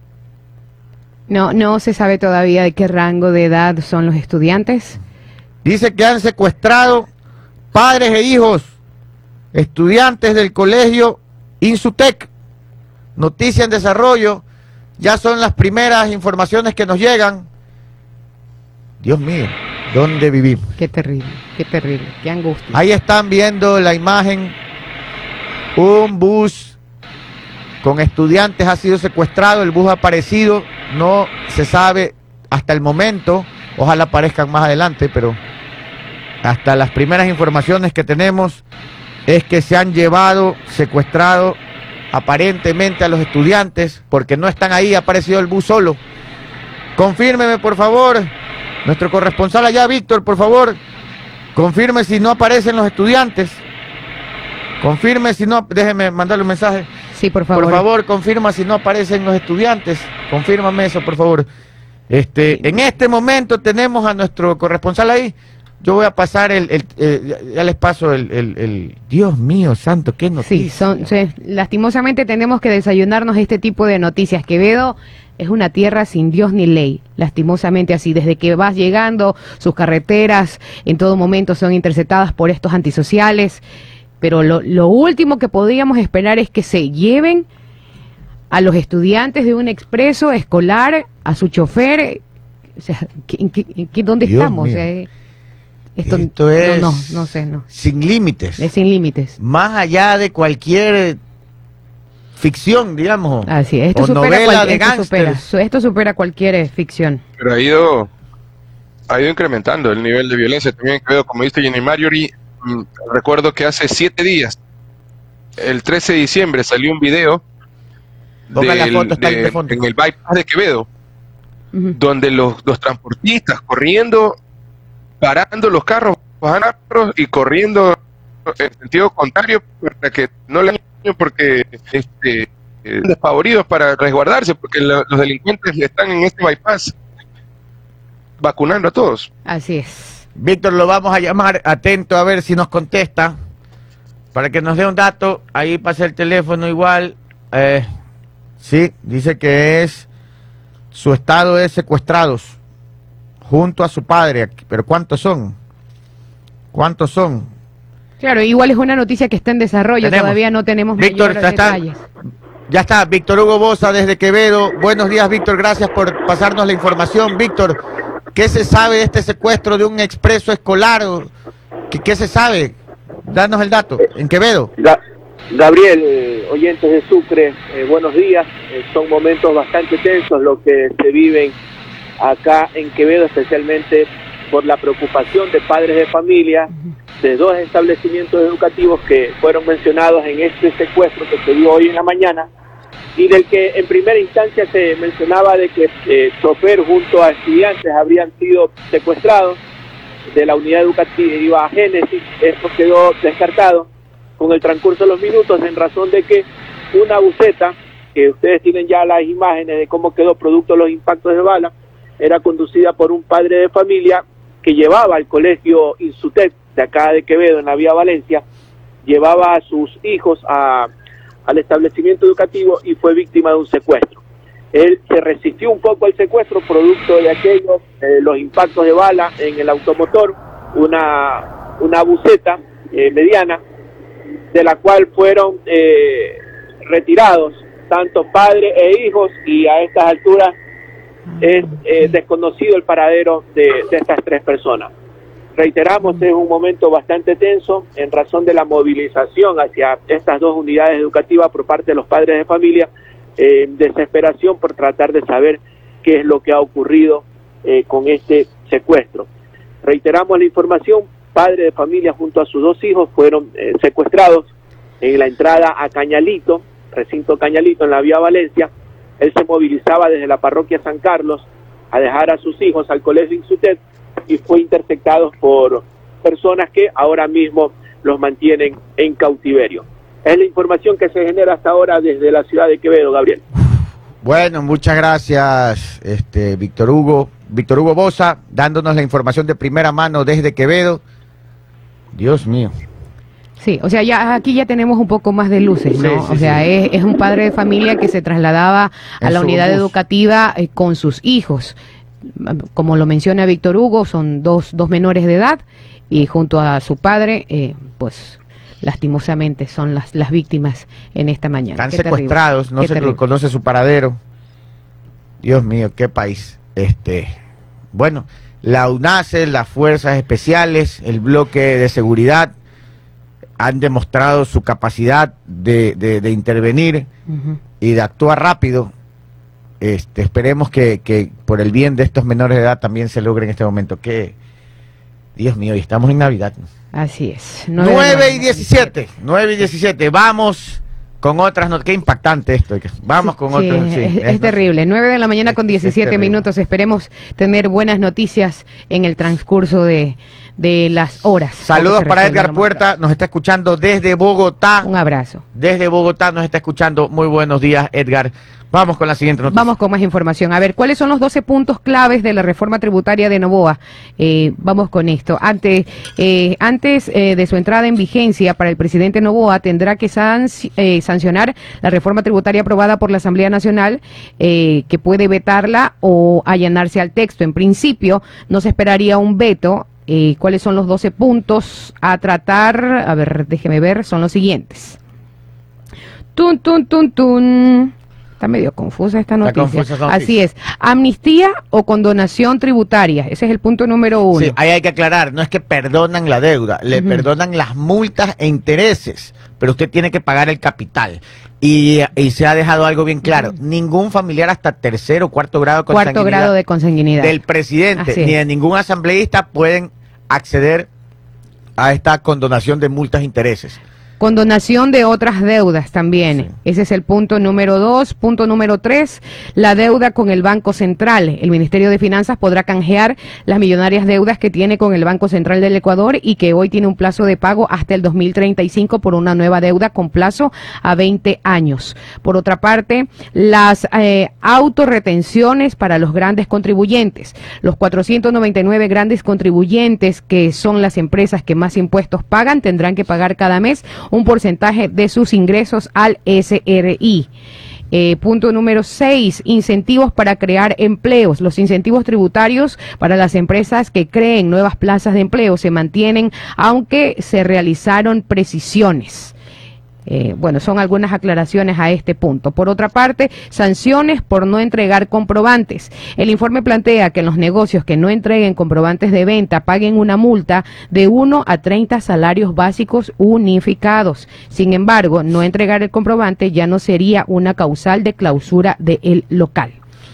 No, no se sabe todavía de qué rango de edad son los estudiantes. Dice que han secuestrado padres e hijos, estudiantes del colegio Insutec. Noticia en desarrollo, ya son las primeras informaciones que nos llegan. Dios mío, ¿dónde vivimos? Qué terrible, qué terrible, qué angustia. Ahí están viendo la imagen, un bus con estudiantes ha sido secuestrado, el bus ha aparecido, no se sabe hasta el momento, ojalá aparezcan más adelante, pero hasta las primeras informaciones que tenemos es que se han llevado, secuestrado aparentemente a los estudiantes, porque no están ahí, ha aparecido el bus solo. Confírmeme, por favor, nuestro corresponsal allá, Víctor, por favor, confirme si no aparecen los estudiantes. Confirme si no, déjeme mandarle un mensaje. Sí, por favor. Por favor, confirma si no aparecen los estudiantes. Confírmame eso, por favor. Este, en este momento tenemos a nuestro corresponsal ahí. Yo voy a pasar el, el, el ya les paso el, el, el, Dios mío santo, qué noticia. Sí, son, sí, lastimosamente tenemos que desayunarnos este tipo de noticias. Quevedo es una tierra sin Dios ni ley, lastimosamente así. Desde que vas llegando, sus carreteras en todo momento son interceptadas por estos antisociales. Pero lo, lo último que podríamos esperar es que se lleven a los estudiantes de un expreso escolar, a su chofer. O sea, ¿en qué, en qué, ¿dónde Dios estamos? mío. O sea, esto, Esto es no, no, no sé, no. sin límites. Es sin límites. Más allá de cualquier ficción, digamos. Así es. Esto o supera novela cual- de esto supera, gángsters. su- esto supera cualquier eh, ficción. Pero ha ido, ha ido incrementando el nivel de violencia también, creo, como dice Jenny Marjorie. mm, Recuerdo que hace siete días, el trece de diciembre, salió un video Ponga la del- foto, está ahí de- de fondo. en el bypass de Quevedo, Ujú. donde los, los transportistas corriendo, parando los carros, bajando los carros y corriendo en sentido contrario para que no le dañen, porque este, eh, despavoridos para resguardarse, porque la- los delincuentes están en este bypass vacunando a todos. Así es. Víctor, lo vamos a llamar, atento a ver si nos contesta, para que nos dé un dato. Ahí pasa el teléfono igual. Eh, sí, dice que es, su estado es secuestrados, junto a su padre. Pero ¿cuántos son? ¿Cuántos son? Claro, igual es una noticia que está en desarrollo, Tenemos. todavía no tenemos Víctor, mayores ya está. detalles. Ya está, Víctor Hugo Boza desde Quevedo. Buenos días, Víctor, gracias por pasarnos la información. Víctor, ¿qué se sabe de este secuestro de un expreso escolar? ¿Qué, qué se sabe? Danos el dato, en Quevedo. Ga- Gabriel, eh, oyentes de Sucre, eh, buenos días. Eh, son momentos bastante tensos los que se viven acá en Quevedo, especialmente por la preocupación de padres de familia de dos establecimientos educativos que fueron mencionados en este secuestro que se dio hoy en la mañana, y del que en primera instancia se mencionaba de que eh, chofer junto a estudiantes habrían sido secuestrados de la unidad educativa Génesis. Esto quedó descartado con el transcurso de los minutos en razón de que una buseta, que ustedes tienen ya las imágenes de cómo quedó producto de los impactos de bala, era conducida por un padre de familia que llevaba al colegio Insutec de acá de Quevedo, en la vía Valencia, llevaba a sus hijos a, al establecimiento educativo y fue víctima de un secuestro. Él se resistió un poco al secuestro, producto de aquello, eh, los impactos de bala en el automotor, una, una buseta eh, mediana, de la cual fueron eh, retirados tanto padre e hijos, y a estas alturas es eh, desconocido el paradero de, de estas tres personas. Reiteramos, es un momento bastante tenso en razón de la movilización hacia estas dos unidades educativas por parte de los padres de familia, eh, desesperación por tratar de saber qué es lo que ha ocurrido eh, con este secuestro. Reiteramos la información, padre de familia junto a sus dos hijos fueron eh, secuestrados en la entrada a Cañalito, recinto Cañalito en la vía Valencia. Él se movilizaba desde la parroquia San Carlos a dejar a sus hijos al colegio Insutec y fue interceptado por personas que ahora mismo los mantienen en cautiverio. Es la información que se genera hasta ahora desde la ciudad de Quevedo, Gabriel. Bueno, muchas gracias, este Víctor Hugo, Víctor Hugo Boza, dándonos la información de primera mano desde Quevedo. Dios mío. Sí, o sea, ya aquí ya tenemos un poco más de luces, ¿no? Sí, sí, o sea, sí. es, es un padre de familia que se trasladaba a En la su unidad bus. educativa eh, con sus hijos. Como lo menciona Víctor Hugo, son dos, dos menores de edad y junto a su padre, eh, pues lastimosamente son las, las víctimas en esta mañana. Están Qué secuestrados, terrible, no qué se terrible. conoce su paradero. Dios mío, qué país. Este, bueno, la UNACE, las fuerzas especiales, el bloque de seguridad han demostrado su capacidad de, de, de intervenir Ujú. y de actuar rápido. Este, esperemos que, que por el bien de estos menores de edad también se logre en este momento. Que, Dios mío, y estamos en Navidad. Así es. nueve y diecisiete, nueve y diecisiete, vamos con otras noticias. Qué impactante esto. Vamos con Sí, otras. sí, es, es es- terrible. nueve de la mañana con Es- es diecisiete terrible. minutos. Esperemos tener buenas noticias en el transcurso de, de las horas. Saludos Que se para resuelva Edgar lo más Puerta, nos está escuchando desde Bogotá. rápido. Un abrazo. Desde Bogotá nos está escuchando. Muy buenos días, Edgar. Vamos con la siguiente noticia. Vamos con más información. A ver, ¿cuáles son los doce puntos claves de la reforma tributaria de Novoa? Eh, vamos con esto. Antes, eh, antes eh, de su entrada en vigencia para el presidente Novoa, tendrá que sanci- eh, sancionar la reforma tributaria aprobada por la Asamblea Nacional, eh, que puede vetarla o allanarse al texto. En principio, no se esperaría un veto. Eh, ¿Cuáles son los doce puntos a tratar? A ver, déjeme ver, son los siguientes. Tun, tun, tun, tun. Está medio confusa esta Está noticia. confusa esta noticia. Así es. Amnistía o condonación tributaria. Ese es el punto número uno. Sí, ahí hay que aclarar, no es que perdonan la deuda, le Ujú. perdonan las multas e intereses, pero usted tiene que pagar el capital. Y, y se ha dejado algo bien claro, ningún familiar hasta tercer o cuarto grado de Cuarto consanguinidad grado de consanguinidad. del presidente Así ni es. de ningún asambleísta pueden acceder a esta condonación de multas e intereses. Condonación de otras deudas también. Sí. Ese es el punto número dos. Punto número tres, la deuda con el Banco Central. El Ministerio de Finanzas podrá canjear las millonarias deudas que tiene con el Banco Central del Ecuador y que hoy tiene un plazo de pago hasta el dos mil treinta y cinco por una nueva deuda con plazo a veinte años. Por otra parte, las eh, autorretenciones para los grandes contribuyentes. Los cuatrocientos noventa y nueve grandes contribuyentes, que son las empresas que más impuestos pagan, tendrán que pagar cada mes un porcentaje de sus ingresos al S R I. Eh, punto número seis, incentivos para crear empleos. Los incentivos tributarios para las empresas que creen nuevas plazas de empleo se mantienen, aunque se realizaron precisiones. Eh, bueno, son algunas aclaraciones a este punto. Por otra parte, sanciones por no entregar comprobantes. El informe plantea que los negocios que no entreguen comprobantes de venta paguen una multa de uno a treinta salarios básicos unificados. Sin embargo, no entregar el comprobante ya no sería una causal de clausura del local.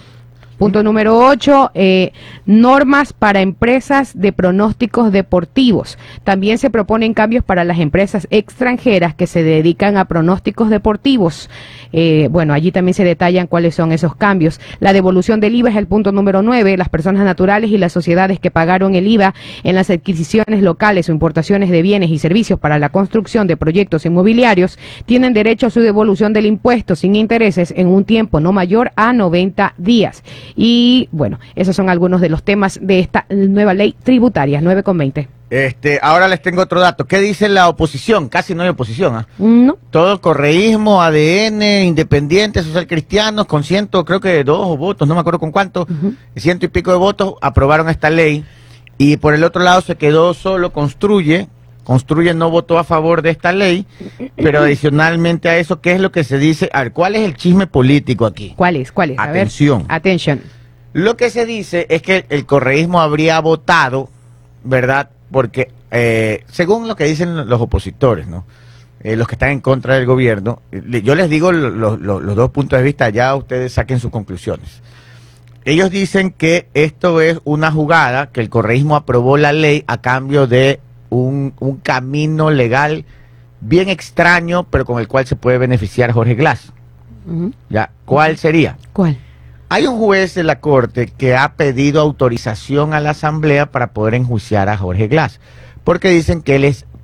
Punto número ocho, eh, normas para empresas de pronósticos deportivos. También se proponen cambios para las empresas extranjeras que se dedican a pronósticos deportivos. Eh, bueno, allí también se detallan cuáles son esos cambios. La devolución del I V A es el punto número nueve. Las personas naturales y las sociedades que pagaron el I V A en las adquisiciones locales o importaciones de bienes y servicios para la construcción de proyectos inmobiliarios tienen derecho a su devolución del impuesto sin intereses en un tiempo no mayor a noventa días. Y bueno, esos son algunos de los temas de esta nueva ley tributaria, nueve con veinte. Este, ahora les tengo otro dato. ¿Qué dice la oposición? Casi no hay oposición, ¿ah? No, Todo el correísmo, A D N, Independiente, Social Cristianos, con ciento, creo que dos votos, no me acuerdo con cuántos, Ujú. ciento y pico de votos, aprobaron esta ley. Y por el otro lado se quedó solo Construye. Construye no votó a favor de esta ley, pero adicionalmente a eso, ¿qué es lo que se dice? A ver, ¿cuál es el chisme político aquí? ¿cuál es? ¿Cuál es? A ver. Atención. Atención. Lo que se dice es que el correísmo habría votado, ¿verdad? Porque, eh, según lo que dicen los opositores, ¿no? Eh, los que están en contra del gobierno, eh, yo les digo lo- lo- lo- los dos puntos de vista, ya ustedes saquen sus conclusiones. Ellos dicen que esto es una jugada, que el correísmo aprobó la ley a cambio de un, un camino legal bien extraño, pero con el cual se puede beneficiar Jorge Glass. Ujú. ¿Ya? ¿Cuál sería? ¿Cuál? Hay un juez de la Corte que ha pedido autorización a la Asamblea para poder enjuiciar a Jorge Glass, porque dicen que él es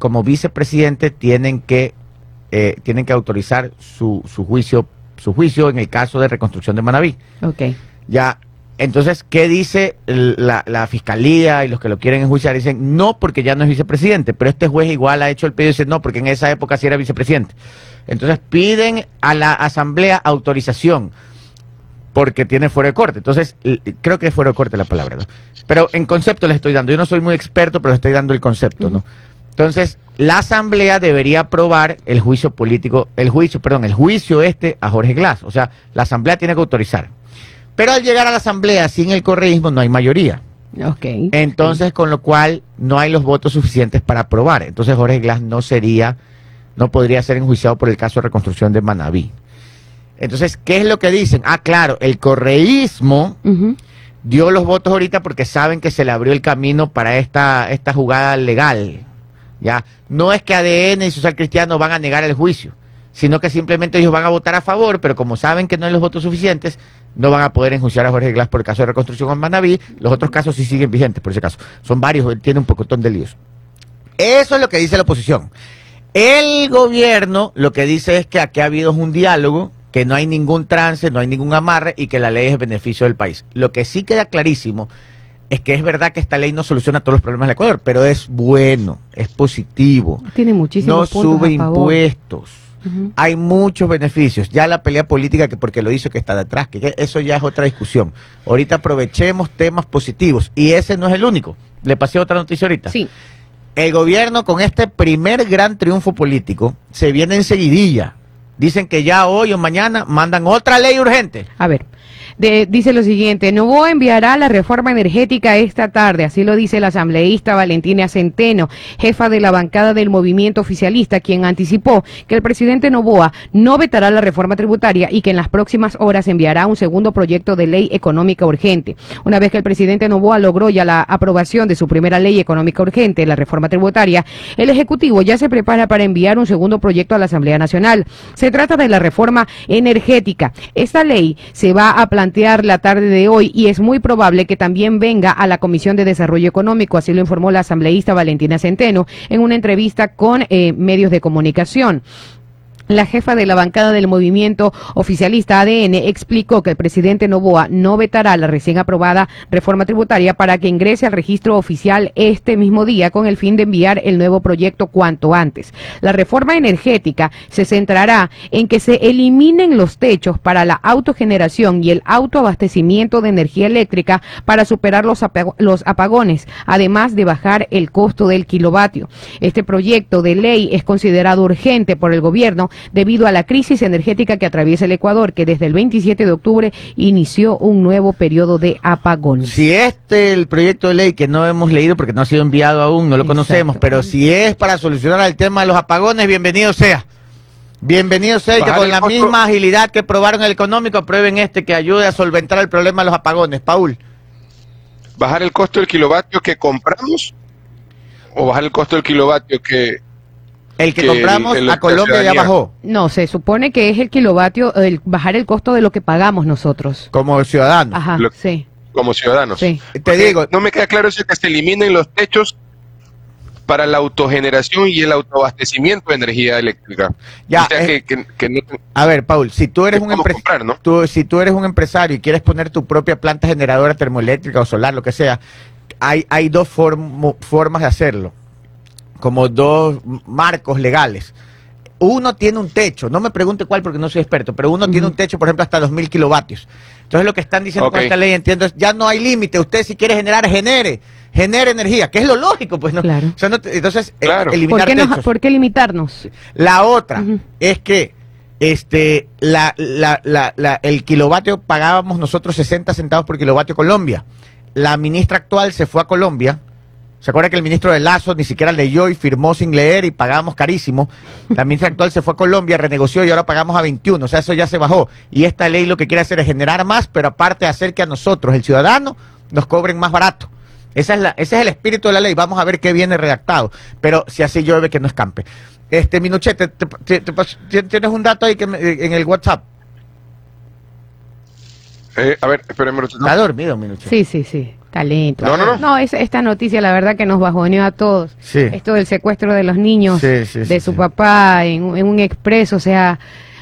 como vicepresidente tienen que eh, tienen que autorizar su, su juicio su juicio en el caso de reconstrucción de Manaví. Ok. Ya, entonces, ¿qué dice la, la fiscalía y los que lo quieren enjuiciar? Dicen, no, porque ya no es vicepresidente, pero este juez igual ha hecho el pedido y dice, no, porque en esa época sí era vicepresidente. Entonces, piden a la asamblea autorización, porque tiene fuero de corte. Entonces, creo que es fuero de corte la palabra, ¿no? Pero en concepto les estoy dando, yo no soy muy experto, pero les estoy dando el concepto, ¿no? Entonces, la asamblea debería aprobar el juicio político, el juicio, perdón, el juicio este a Jorge Glass. O sea, la asamblea tiene que autorizar. Pero al llegar a la asamblea sin el correísmo no hay mayoría. Ok. Entonces, con lo cual no hay los votos suficientes para aprobar. Entonces, Jorge Glass no sería, no podría ser enjuiciado por el caso de reconstrucción de Manaví. Entonces, ¿qué es lo que dicen? Ah, claro, el correísmo Uh-huh. dio los votos ahorita porque saben que se le abrió el camino para esta, esta jugada legal. Ya, no es que A D N y Social Cristiano van a negar el juicio, sino que simplemente ellos van a votar a favor, pero como saben que no hay los votos suficientes, no van a poder enjuiciar a Jorge Glass por el caso de reconstrucción en Manaví. Los otros casos sí siguen vigentes, por ese caso. Son varios, él tiene un pocotón de líos. Eso es lo que dice la oposición. El gobierno lo que dice es que aquí ha habido un diálogo, que no hay ningún trance, no hay ningún amarre y que la ley es beneficio del país. Lo que sí queda clarísimo es que es verdad que esta ley no soluciona todos los problemas del Ecuador, pero es bueno, es positivo. Tiene muchísimos No puntos sube a favor. impuestos. Ujú. Hay muchos beneficios. Ya la pelea política, que porque lo hizo, que está detrás, que, que eso ya es otra discusión. Ahorita aprovechemos temas positivos. Y ese no es el único. Le pasé otra noticia ahorita. Sí. El gobierno, con este primer gran triunfo político, se viene enseguidilla. Dicen que ya hoy o mañana mandan otra ley urgente. A ver, de- dice lo siguiente: Noboa enviará la reforma energética esta tarde, así lo dice la asambleísta Valentina Centeno, jefa de la bancada del movimiento oficialista, quien anticipó que el presidente Noboa no vetará la reforma tributaria y que en las próximas horas enviará un segundo proyecto de ley económica urgente. Una vez que el presidente Noboa logró ya la aprobación de su primera ley económica urgente, la reforma tributaria, el Ejecutivo ya se prepara para enviar un segundo proyecto a la Asamblea Nacional. Se trata de la reforma energética. Esta ley se va a plantear la tarde de hoy y es muy probable que también venga a la Comisión de Desarrollo Económico, así lo informó la asambleísta Valentina Centeno en una entrevista con eh, medios de comunicación. La jefa de la bancada del movimiento oficialista A D N explicó que el presidente Noboa no vetará la recién aprobada reforma tributaria para que ingrese al registro oficial este mismo día con el fin de enviar el nuevo proyecto cuanto antes. La reforma energética se centrará en que se eliminen los techos para la autogeneración y el autoabastecimiento de energía eléctrica para superar los, apag- los apagones, además de bajar el costo del kilovatio. Este proyecto de ley es considerado urgente por el gobierno debido a la crisis energética que atraviesa el Ecuador, que desde el veintisiete de octubre inició un nuevo periodo de apagones. Si este el proyecto de ley que no hemos leído porque no ha sido enviado aún, no lo Exacto. conocemos, pero si es para solucionar el tema de los apagones, bienvenido sea. Bienvenido sea y que Bajar con el la costo. misma agilidad que probaron el económico, aprueben este que ayude a solventar el problema de los apagones. Paul. ¿Bajar el costo del kilovatio que compramos o bajar el costo del kilovatio que... El que Que compramos el- el- a Colombia la ya ciudadanía. bajó, No, se supone que es el kilovatio, el bajar el costo de lo que pagamos nosotros. como ciudadanos. Ajá, Lo- sí, como ciudadanos? sí. Te Porque digo, no me queda claro eso, que se eliminen los techos para la autogeneración y el autoabastecimiento de energía eléctrica. Ya, O sea, eh, que, que, que no a ver, Paul, si tú eres que un podemos empresario, comprar, ¿no? tú, si tú eres un empresario y quieres poner tu propia planta generadora termoeléctrica o solar, lo que sea, hay, hay dos formo- formas de hacerlo, como dos marcos legales. Uno tiene un techo, no me pregunte cuál porque no soy experto, pero uno tiene un techo, por ejemplo, hasta dos mil kilovatios. Entonces lo que están diciendo Ok. con esta ley, entiendo, es ya no hay límite. Usted si quiere generar, genere, genere energía, que es lo lógico, pues no. Claro. O sea, no te- entonces, eh, Claro. eliminar ¿Por qué, nos- techos. ¿Por qué limitarnos? La otra Ujú. es que este la, la, la, la- el kilovatio pagábamos nosotros sesenta centavos por kilovatio Colombia. La ministra actual se fue a Colombia. ¿Se acuerda que el ministro de Lazo ni siquiera leyó y firmó sin leer y pagábamos carísimo? La ministra actual se fue a Colombia, renegoció y ahora pagamos a veintiuno. O sea, eso ya se bajó. Y esta ley lo que quiere hacer es generar más, pero aparte hacer que a nosotros, el ciudadano, nos cobren más barato. Esa es la, ese es el espíritu de la ley. Vamos a ver qué viene redactado. Pero si así llueve, que no escampe. Este, Minuchet, te- te- te pas- ¿tienes un dato ahí que me- en el WhatsApp? Eh, a ver, espérenme. Está dormido, Minuchet. Sí, sí, sí. Talento. No, no, no. No, es, esta noticia la verdad que nos bajoneó a todos. Sí. Esto del secuestro de los niños Sí, sí, de sí, su sí. papá en, un- en un expreso, o sea...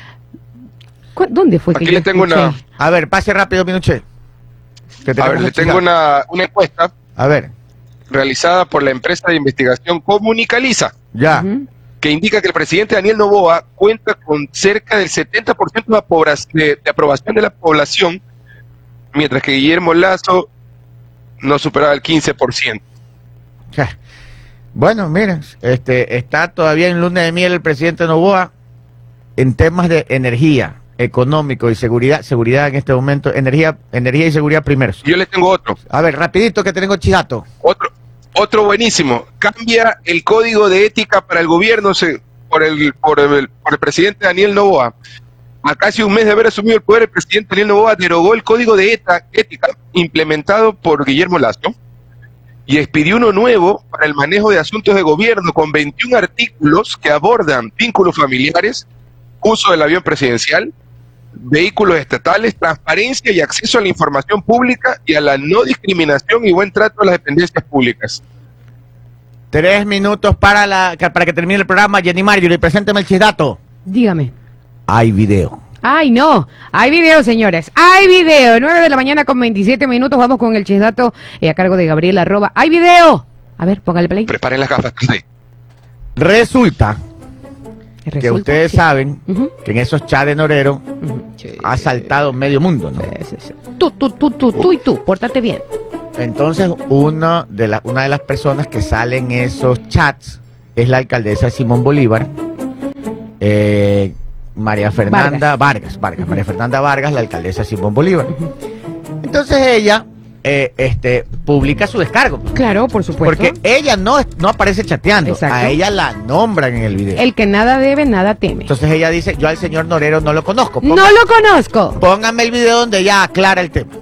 ¿cu- ¿Dónde fue Aquí que le yo tengo escuché? una- A ver, pase rápido, Minuche. Que A tenemos ver, le mucho tengo ya. una, una encuesta A ver, realizada por la empresa de investigación Comunicaliza, ya. Ujú. que indica que el presidente Daniel Noboa cuenta con cerca del setenta por ciento de, apobra- de- de aprobación de la población, mientras que Guillermo Lazo no superaba el quince por ciento. Ja. Bueno, miren, este, está todavía en luna de miel el presidente Noboa en temas de energía, económico y seguridad, seguridad en este momento, energía, energía y seguridad primero. Yo le tengo otro, A ver, rapidito que tengo chidato. otro, otro buenísimo. Cambia el código de ética para el gobierno se- por, el, por, el, por el presidente Daniel Noboa. A casi un mes de haber asumido el poder, el presidente Daniel Noboa derogó el código de eta- ética implementado por Guillermo Lazo y expidió uno nuevo para el manejo de asuntos de gobierno con veintiún artículos que abordan vínculos familiares, uso del avión presidencial, vehículos estatales, transparencia y acceso a la información pública y a la no discriminación y buen trato a las dependencias públicas. Tres minutos para la para que termine el programa. Jenny Marjorie, presénteme el chidato. Dígame. Hay video. Ay, no. Hay video, señores. Hay video. nueve de la mañana con veintisiete minutos. Vamos con el chisdato eh, a cargo de Gabriel Arroba. ¡Hay video! A ver, póngale play. Preparen las gafas. Sí. Resulta que Resulta, ustedes sí. saben Ujú, que en esos chats de Norero ujú, sí. ha saltado medio mundo, ¿no? Sí, sí, sí. Tú, tú, tú, tú, tú y tú. Pórtate bien. Entonces, una de, la- una de las personas que sale en esos chats es la alcaldesa Simón Bolívar, eh, María Fernanda Vargas, Vargas, María Fernanda Vargas, la alcaldesa Simón Bolívar. Entonces ella eh, este, publica su descargo, Claro, por supuesto. porque ella no, no aparece chateando, Exacto. a ella la nombran en el video. El que nada debe, nada teme. Entonces ella dice, yo al señor Norero no lo conozco. No Ponga- lo conozco. Póngame el video donde ella aclara el tema.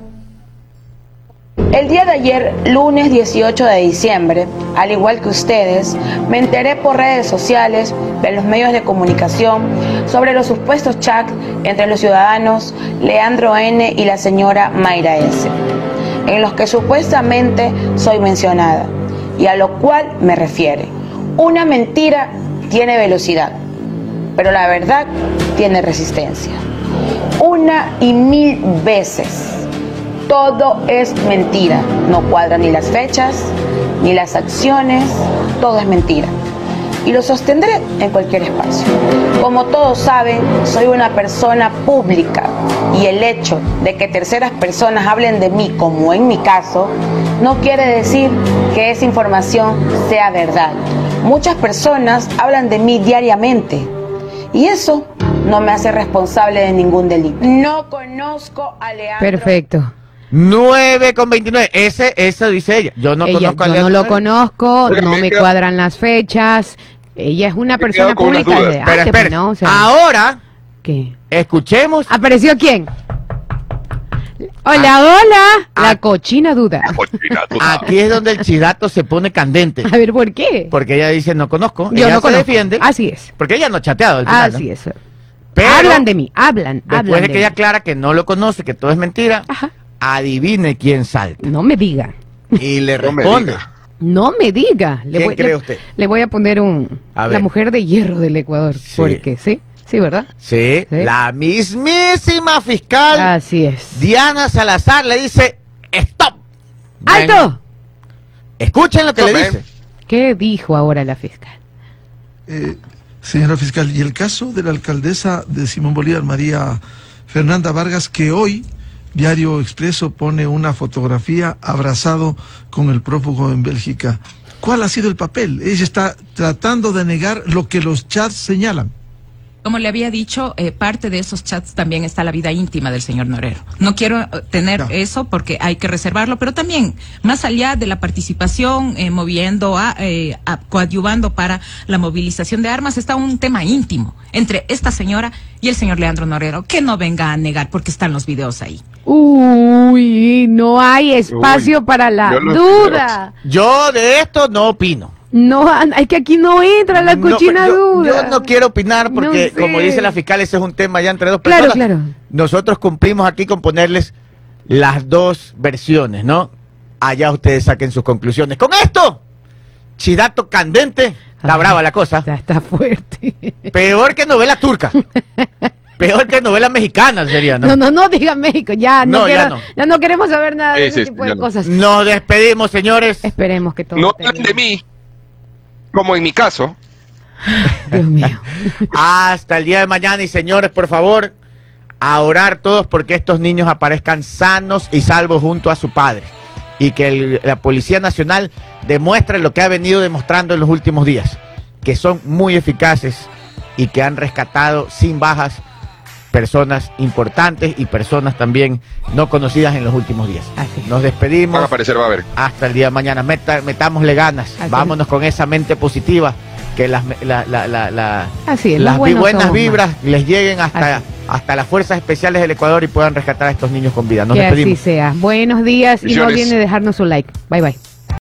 El día de ayer, lunes dieciocho de diciembre, al igual que ustedes, me enteré por redes sociales, de los medios de comunicación, sobre los supuestos chats entre los ciudadanos Leandro N. y la señora Mayra S., en los que supuestamente soy mencionada, y a lo cual me refiere. Una mentira tiene velocidad, pero la verdad tiene resistencia. Una y mil veces. Todo es mentira, no cuadran ni las fechas, ni las acciones, todo es mentira. Y lo sostendré en cualquier espacio. Como todos saben, soy una persona pública y el hecho de que terceras personas hablen de mí, como en mi caso, no quiere decir que esa información sea verdad. Muchas personas hablan de mí diariamente y eso no me hace responsable de ningún delito. No conozco a Leandro. Perfecto. nueve con veintinueve. Ese, eso dice ella. Yo no Ella, conozco a yo no Leandro lo Norero. conozco, Oiga, no me he me quedado- cuadran las fechas. Ella es una he persona quedado con unas pública dudas. desde Pero antes, espere, ¿no? O sea, ahora ¿qué? escuchemos. ¿Apareció quién? Hola, Ah. hola. Ah. La cochina duda. Aquí es donde el chidato se pone candente. A ver, ¿por qué? Porque ella dice, no conozco. Yo ella no se conozco. defiende. Así es. Porque ella no ha chateado al final, Así ¿no? es. Pero hablan de mí, hablan, después hablan de que ella aclara que no lo conoce, que todo es mentira, Ajá. adivine quién salta. No me diga. Y le No me responde. diga. No me diga. Le ¿Quién voy, cree le- usted? Le voy a poner un... A La ver. mujer de hierro del Ecuador. Sí. Porque, ¿sí? Sí, ¿verdad? Sí, Sí. la mismísima fiscal Así es. Diana Salazar le dice, stop. ¡Alto! Escuchen lo que Stop, le man. dice. ¿Qué dijo ahora la fiscal? Eh, señora fiscal, y el caso de la alcaldesa de Simón Bolívar, María Fernanda Vargas, que hoy Diario Expreso pone una fotografía abrazado con el prófugo en Bélgica. ¿Cuál ha sido el papel? Ella está tratando de negar lo que los chats señalan. Como le había dicho, eh, parte de esos chats también está la vida íntima del señor Norero. No quiero eh, tener No. eso porque hay que reservarlo, pero también, más allá de la participación, eh, moviendo, a, eh, a- coadyuvando para la movilización de armas, está un tema íntimo entre esta señora y el señor Leandro Norero, que no venga a negar porque están los videos ahí. Uy, no hay espacio Uy, para la yo lo- duda. Yo de esto no opino. No, es que aquí no entra la No, cochina yo, duda. yo no quiero opinar porque, No sé. como dice la fiscal, ese es un tema ya entre dos Claro, personas. claro. Nosotros cumplimos aquí con ponerles las dos versiones, ¿no? allá ustedes saquen sus conclusiones. Con esto, chidato candente, está Ay, brava la cosa. Ya está fuerte. Peor que novela turca. Peor que novela mexicana sería, ¿no? No, no, no diga México, ya no, No, quiero, ya no. ya no queremos saber nada de Sí, ese sí, tipo ya de no. cosas. Nos despedimos, señores. Esperemos que todo No esté hablen de bien. mí, como en mi caso. Dios mío. Hasta el día de mañana y señores, por favor, a orar todos porque estos niños aparezcan sanos y salvos junto a su padre y que el- la Policía Nacional demuestre lo que ha venido demostrando en los últimos días, que son muy eficaces y que han rescatado sin bajas personas importantes y personas también no conocidas en los últimos días. Así es. Nos Van a despedimos aparecer, va a ver. hasta el día de mañana. Meta- metámosle ganas, Así es. vámonos con esa mente positiva, que las, la, la, la, la- Así es, las los vi- buenos buenas somos vibras les lleguen hasta, Así. hasta las fuerzas especiales del Ecuador y puedan rescatar a estos niños con vida. Nos Que así despedimos. sea. Buenos días y no Bendiciones. olviden dejarnos un like. Bye bye.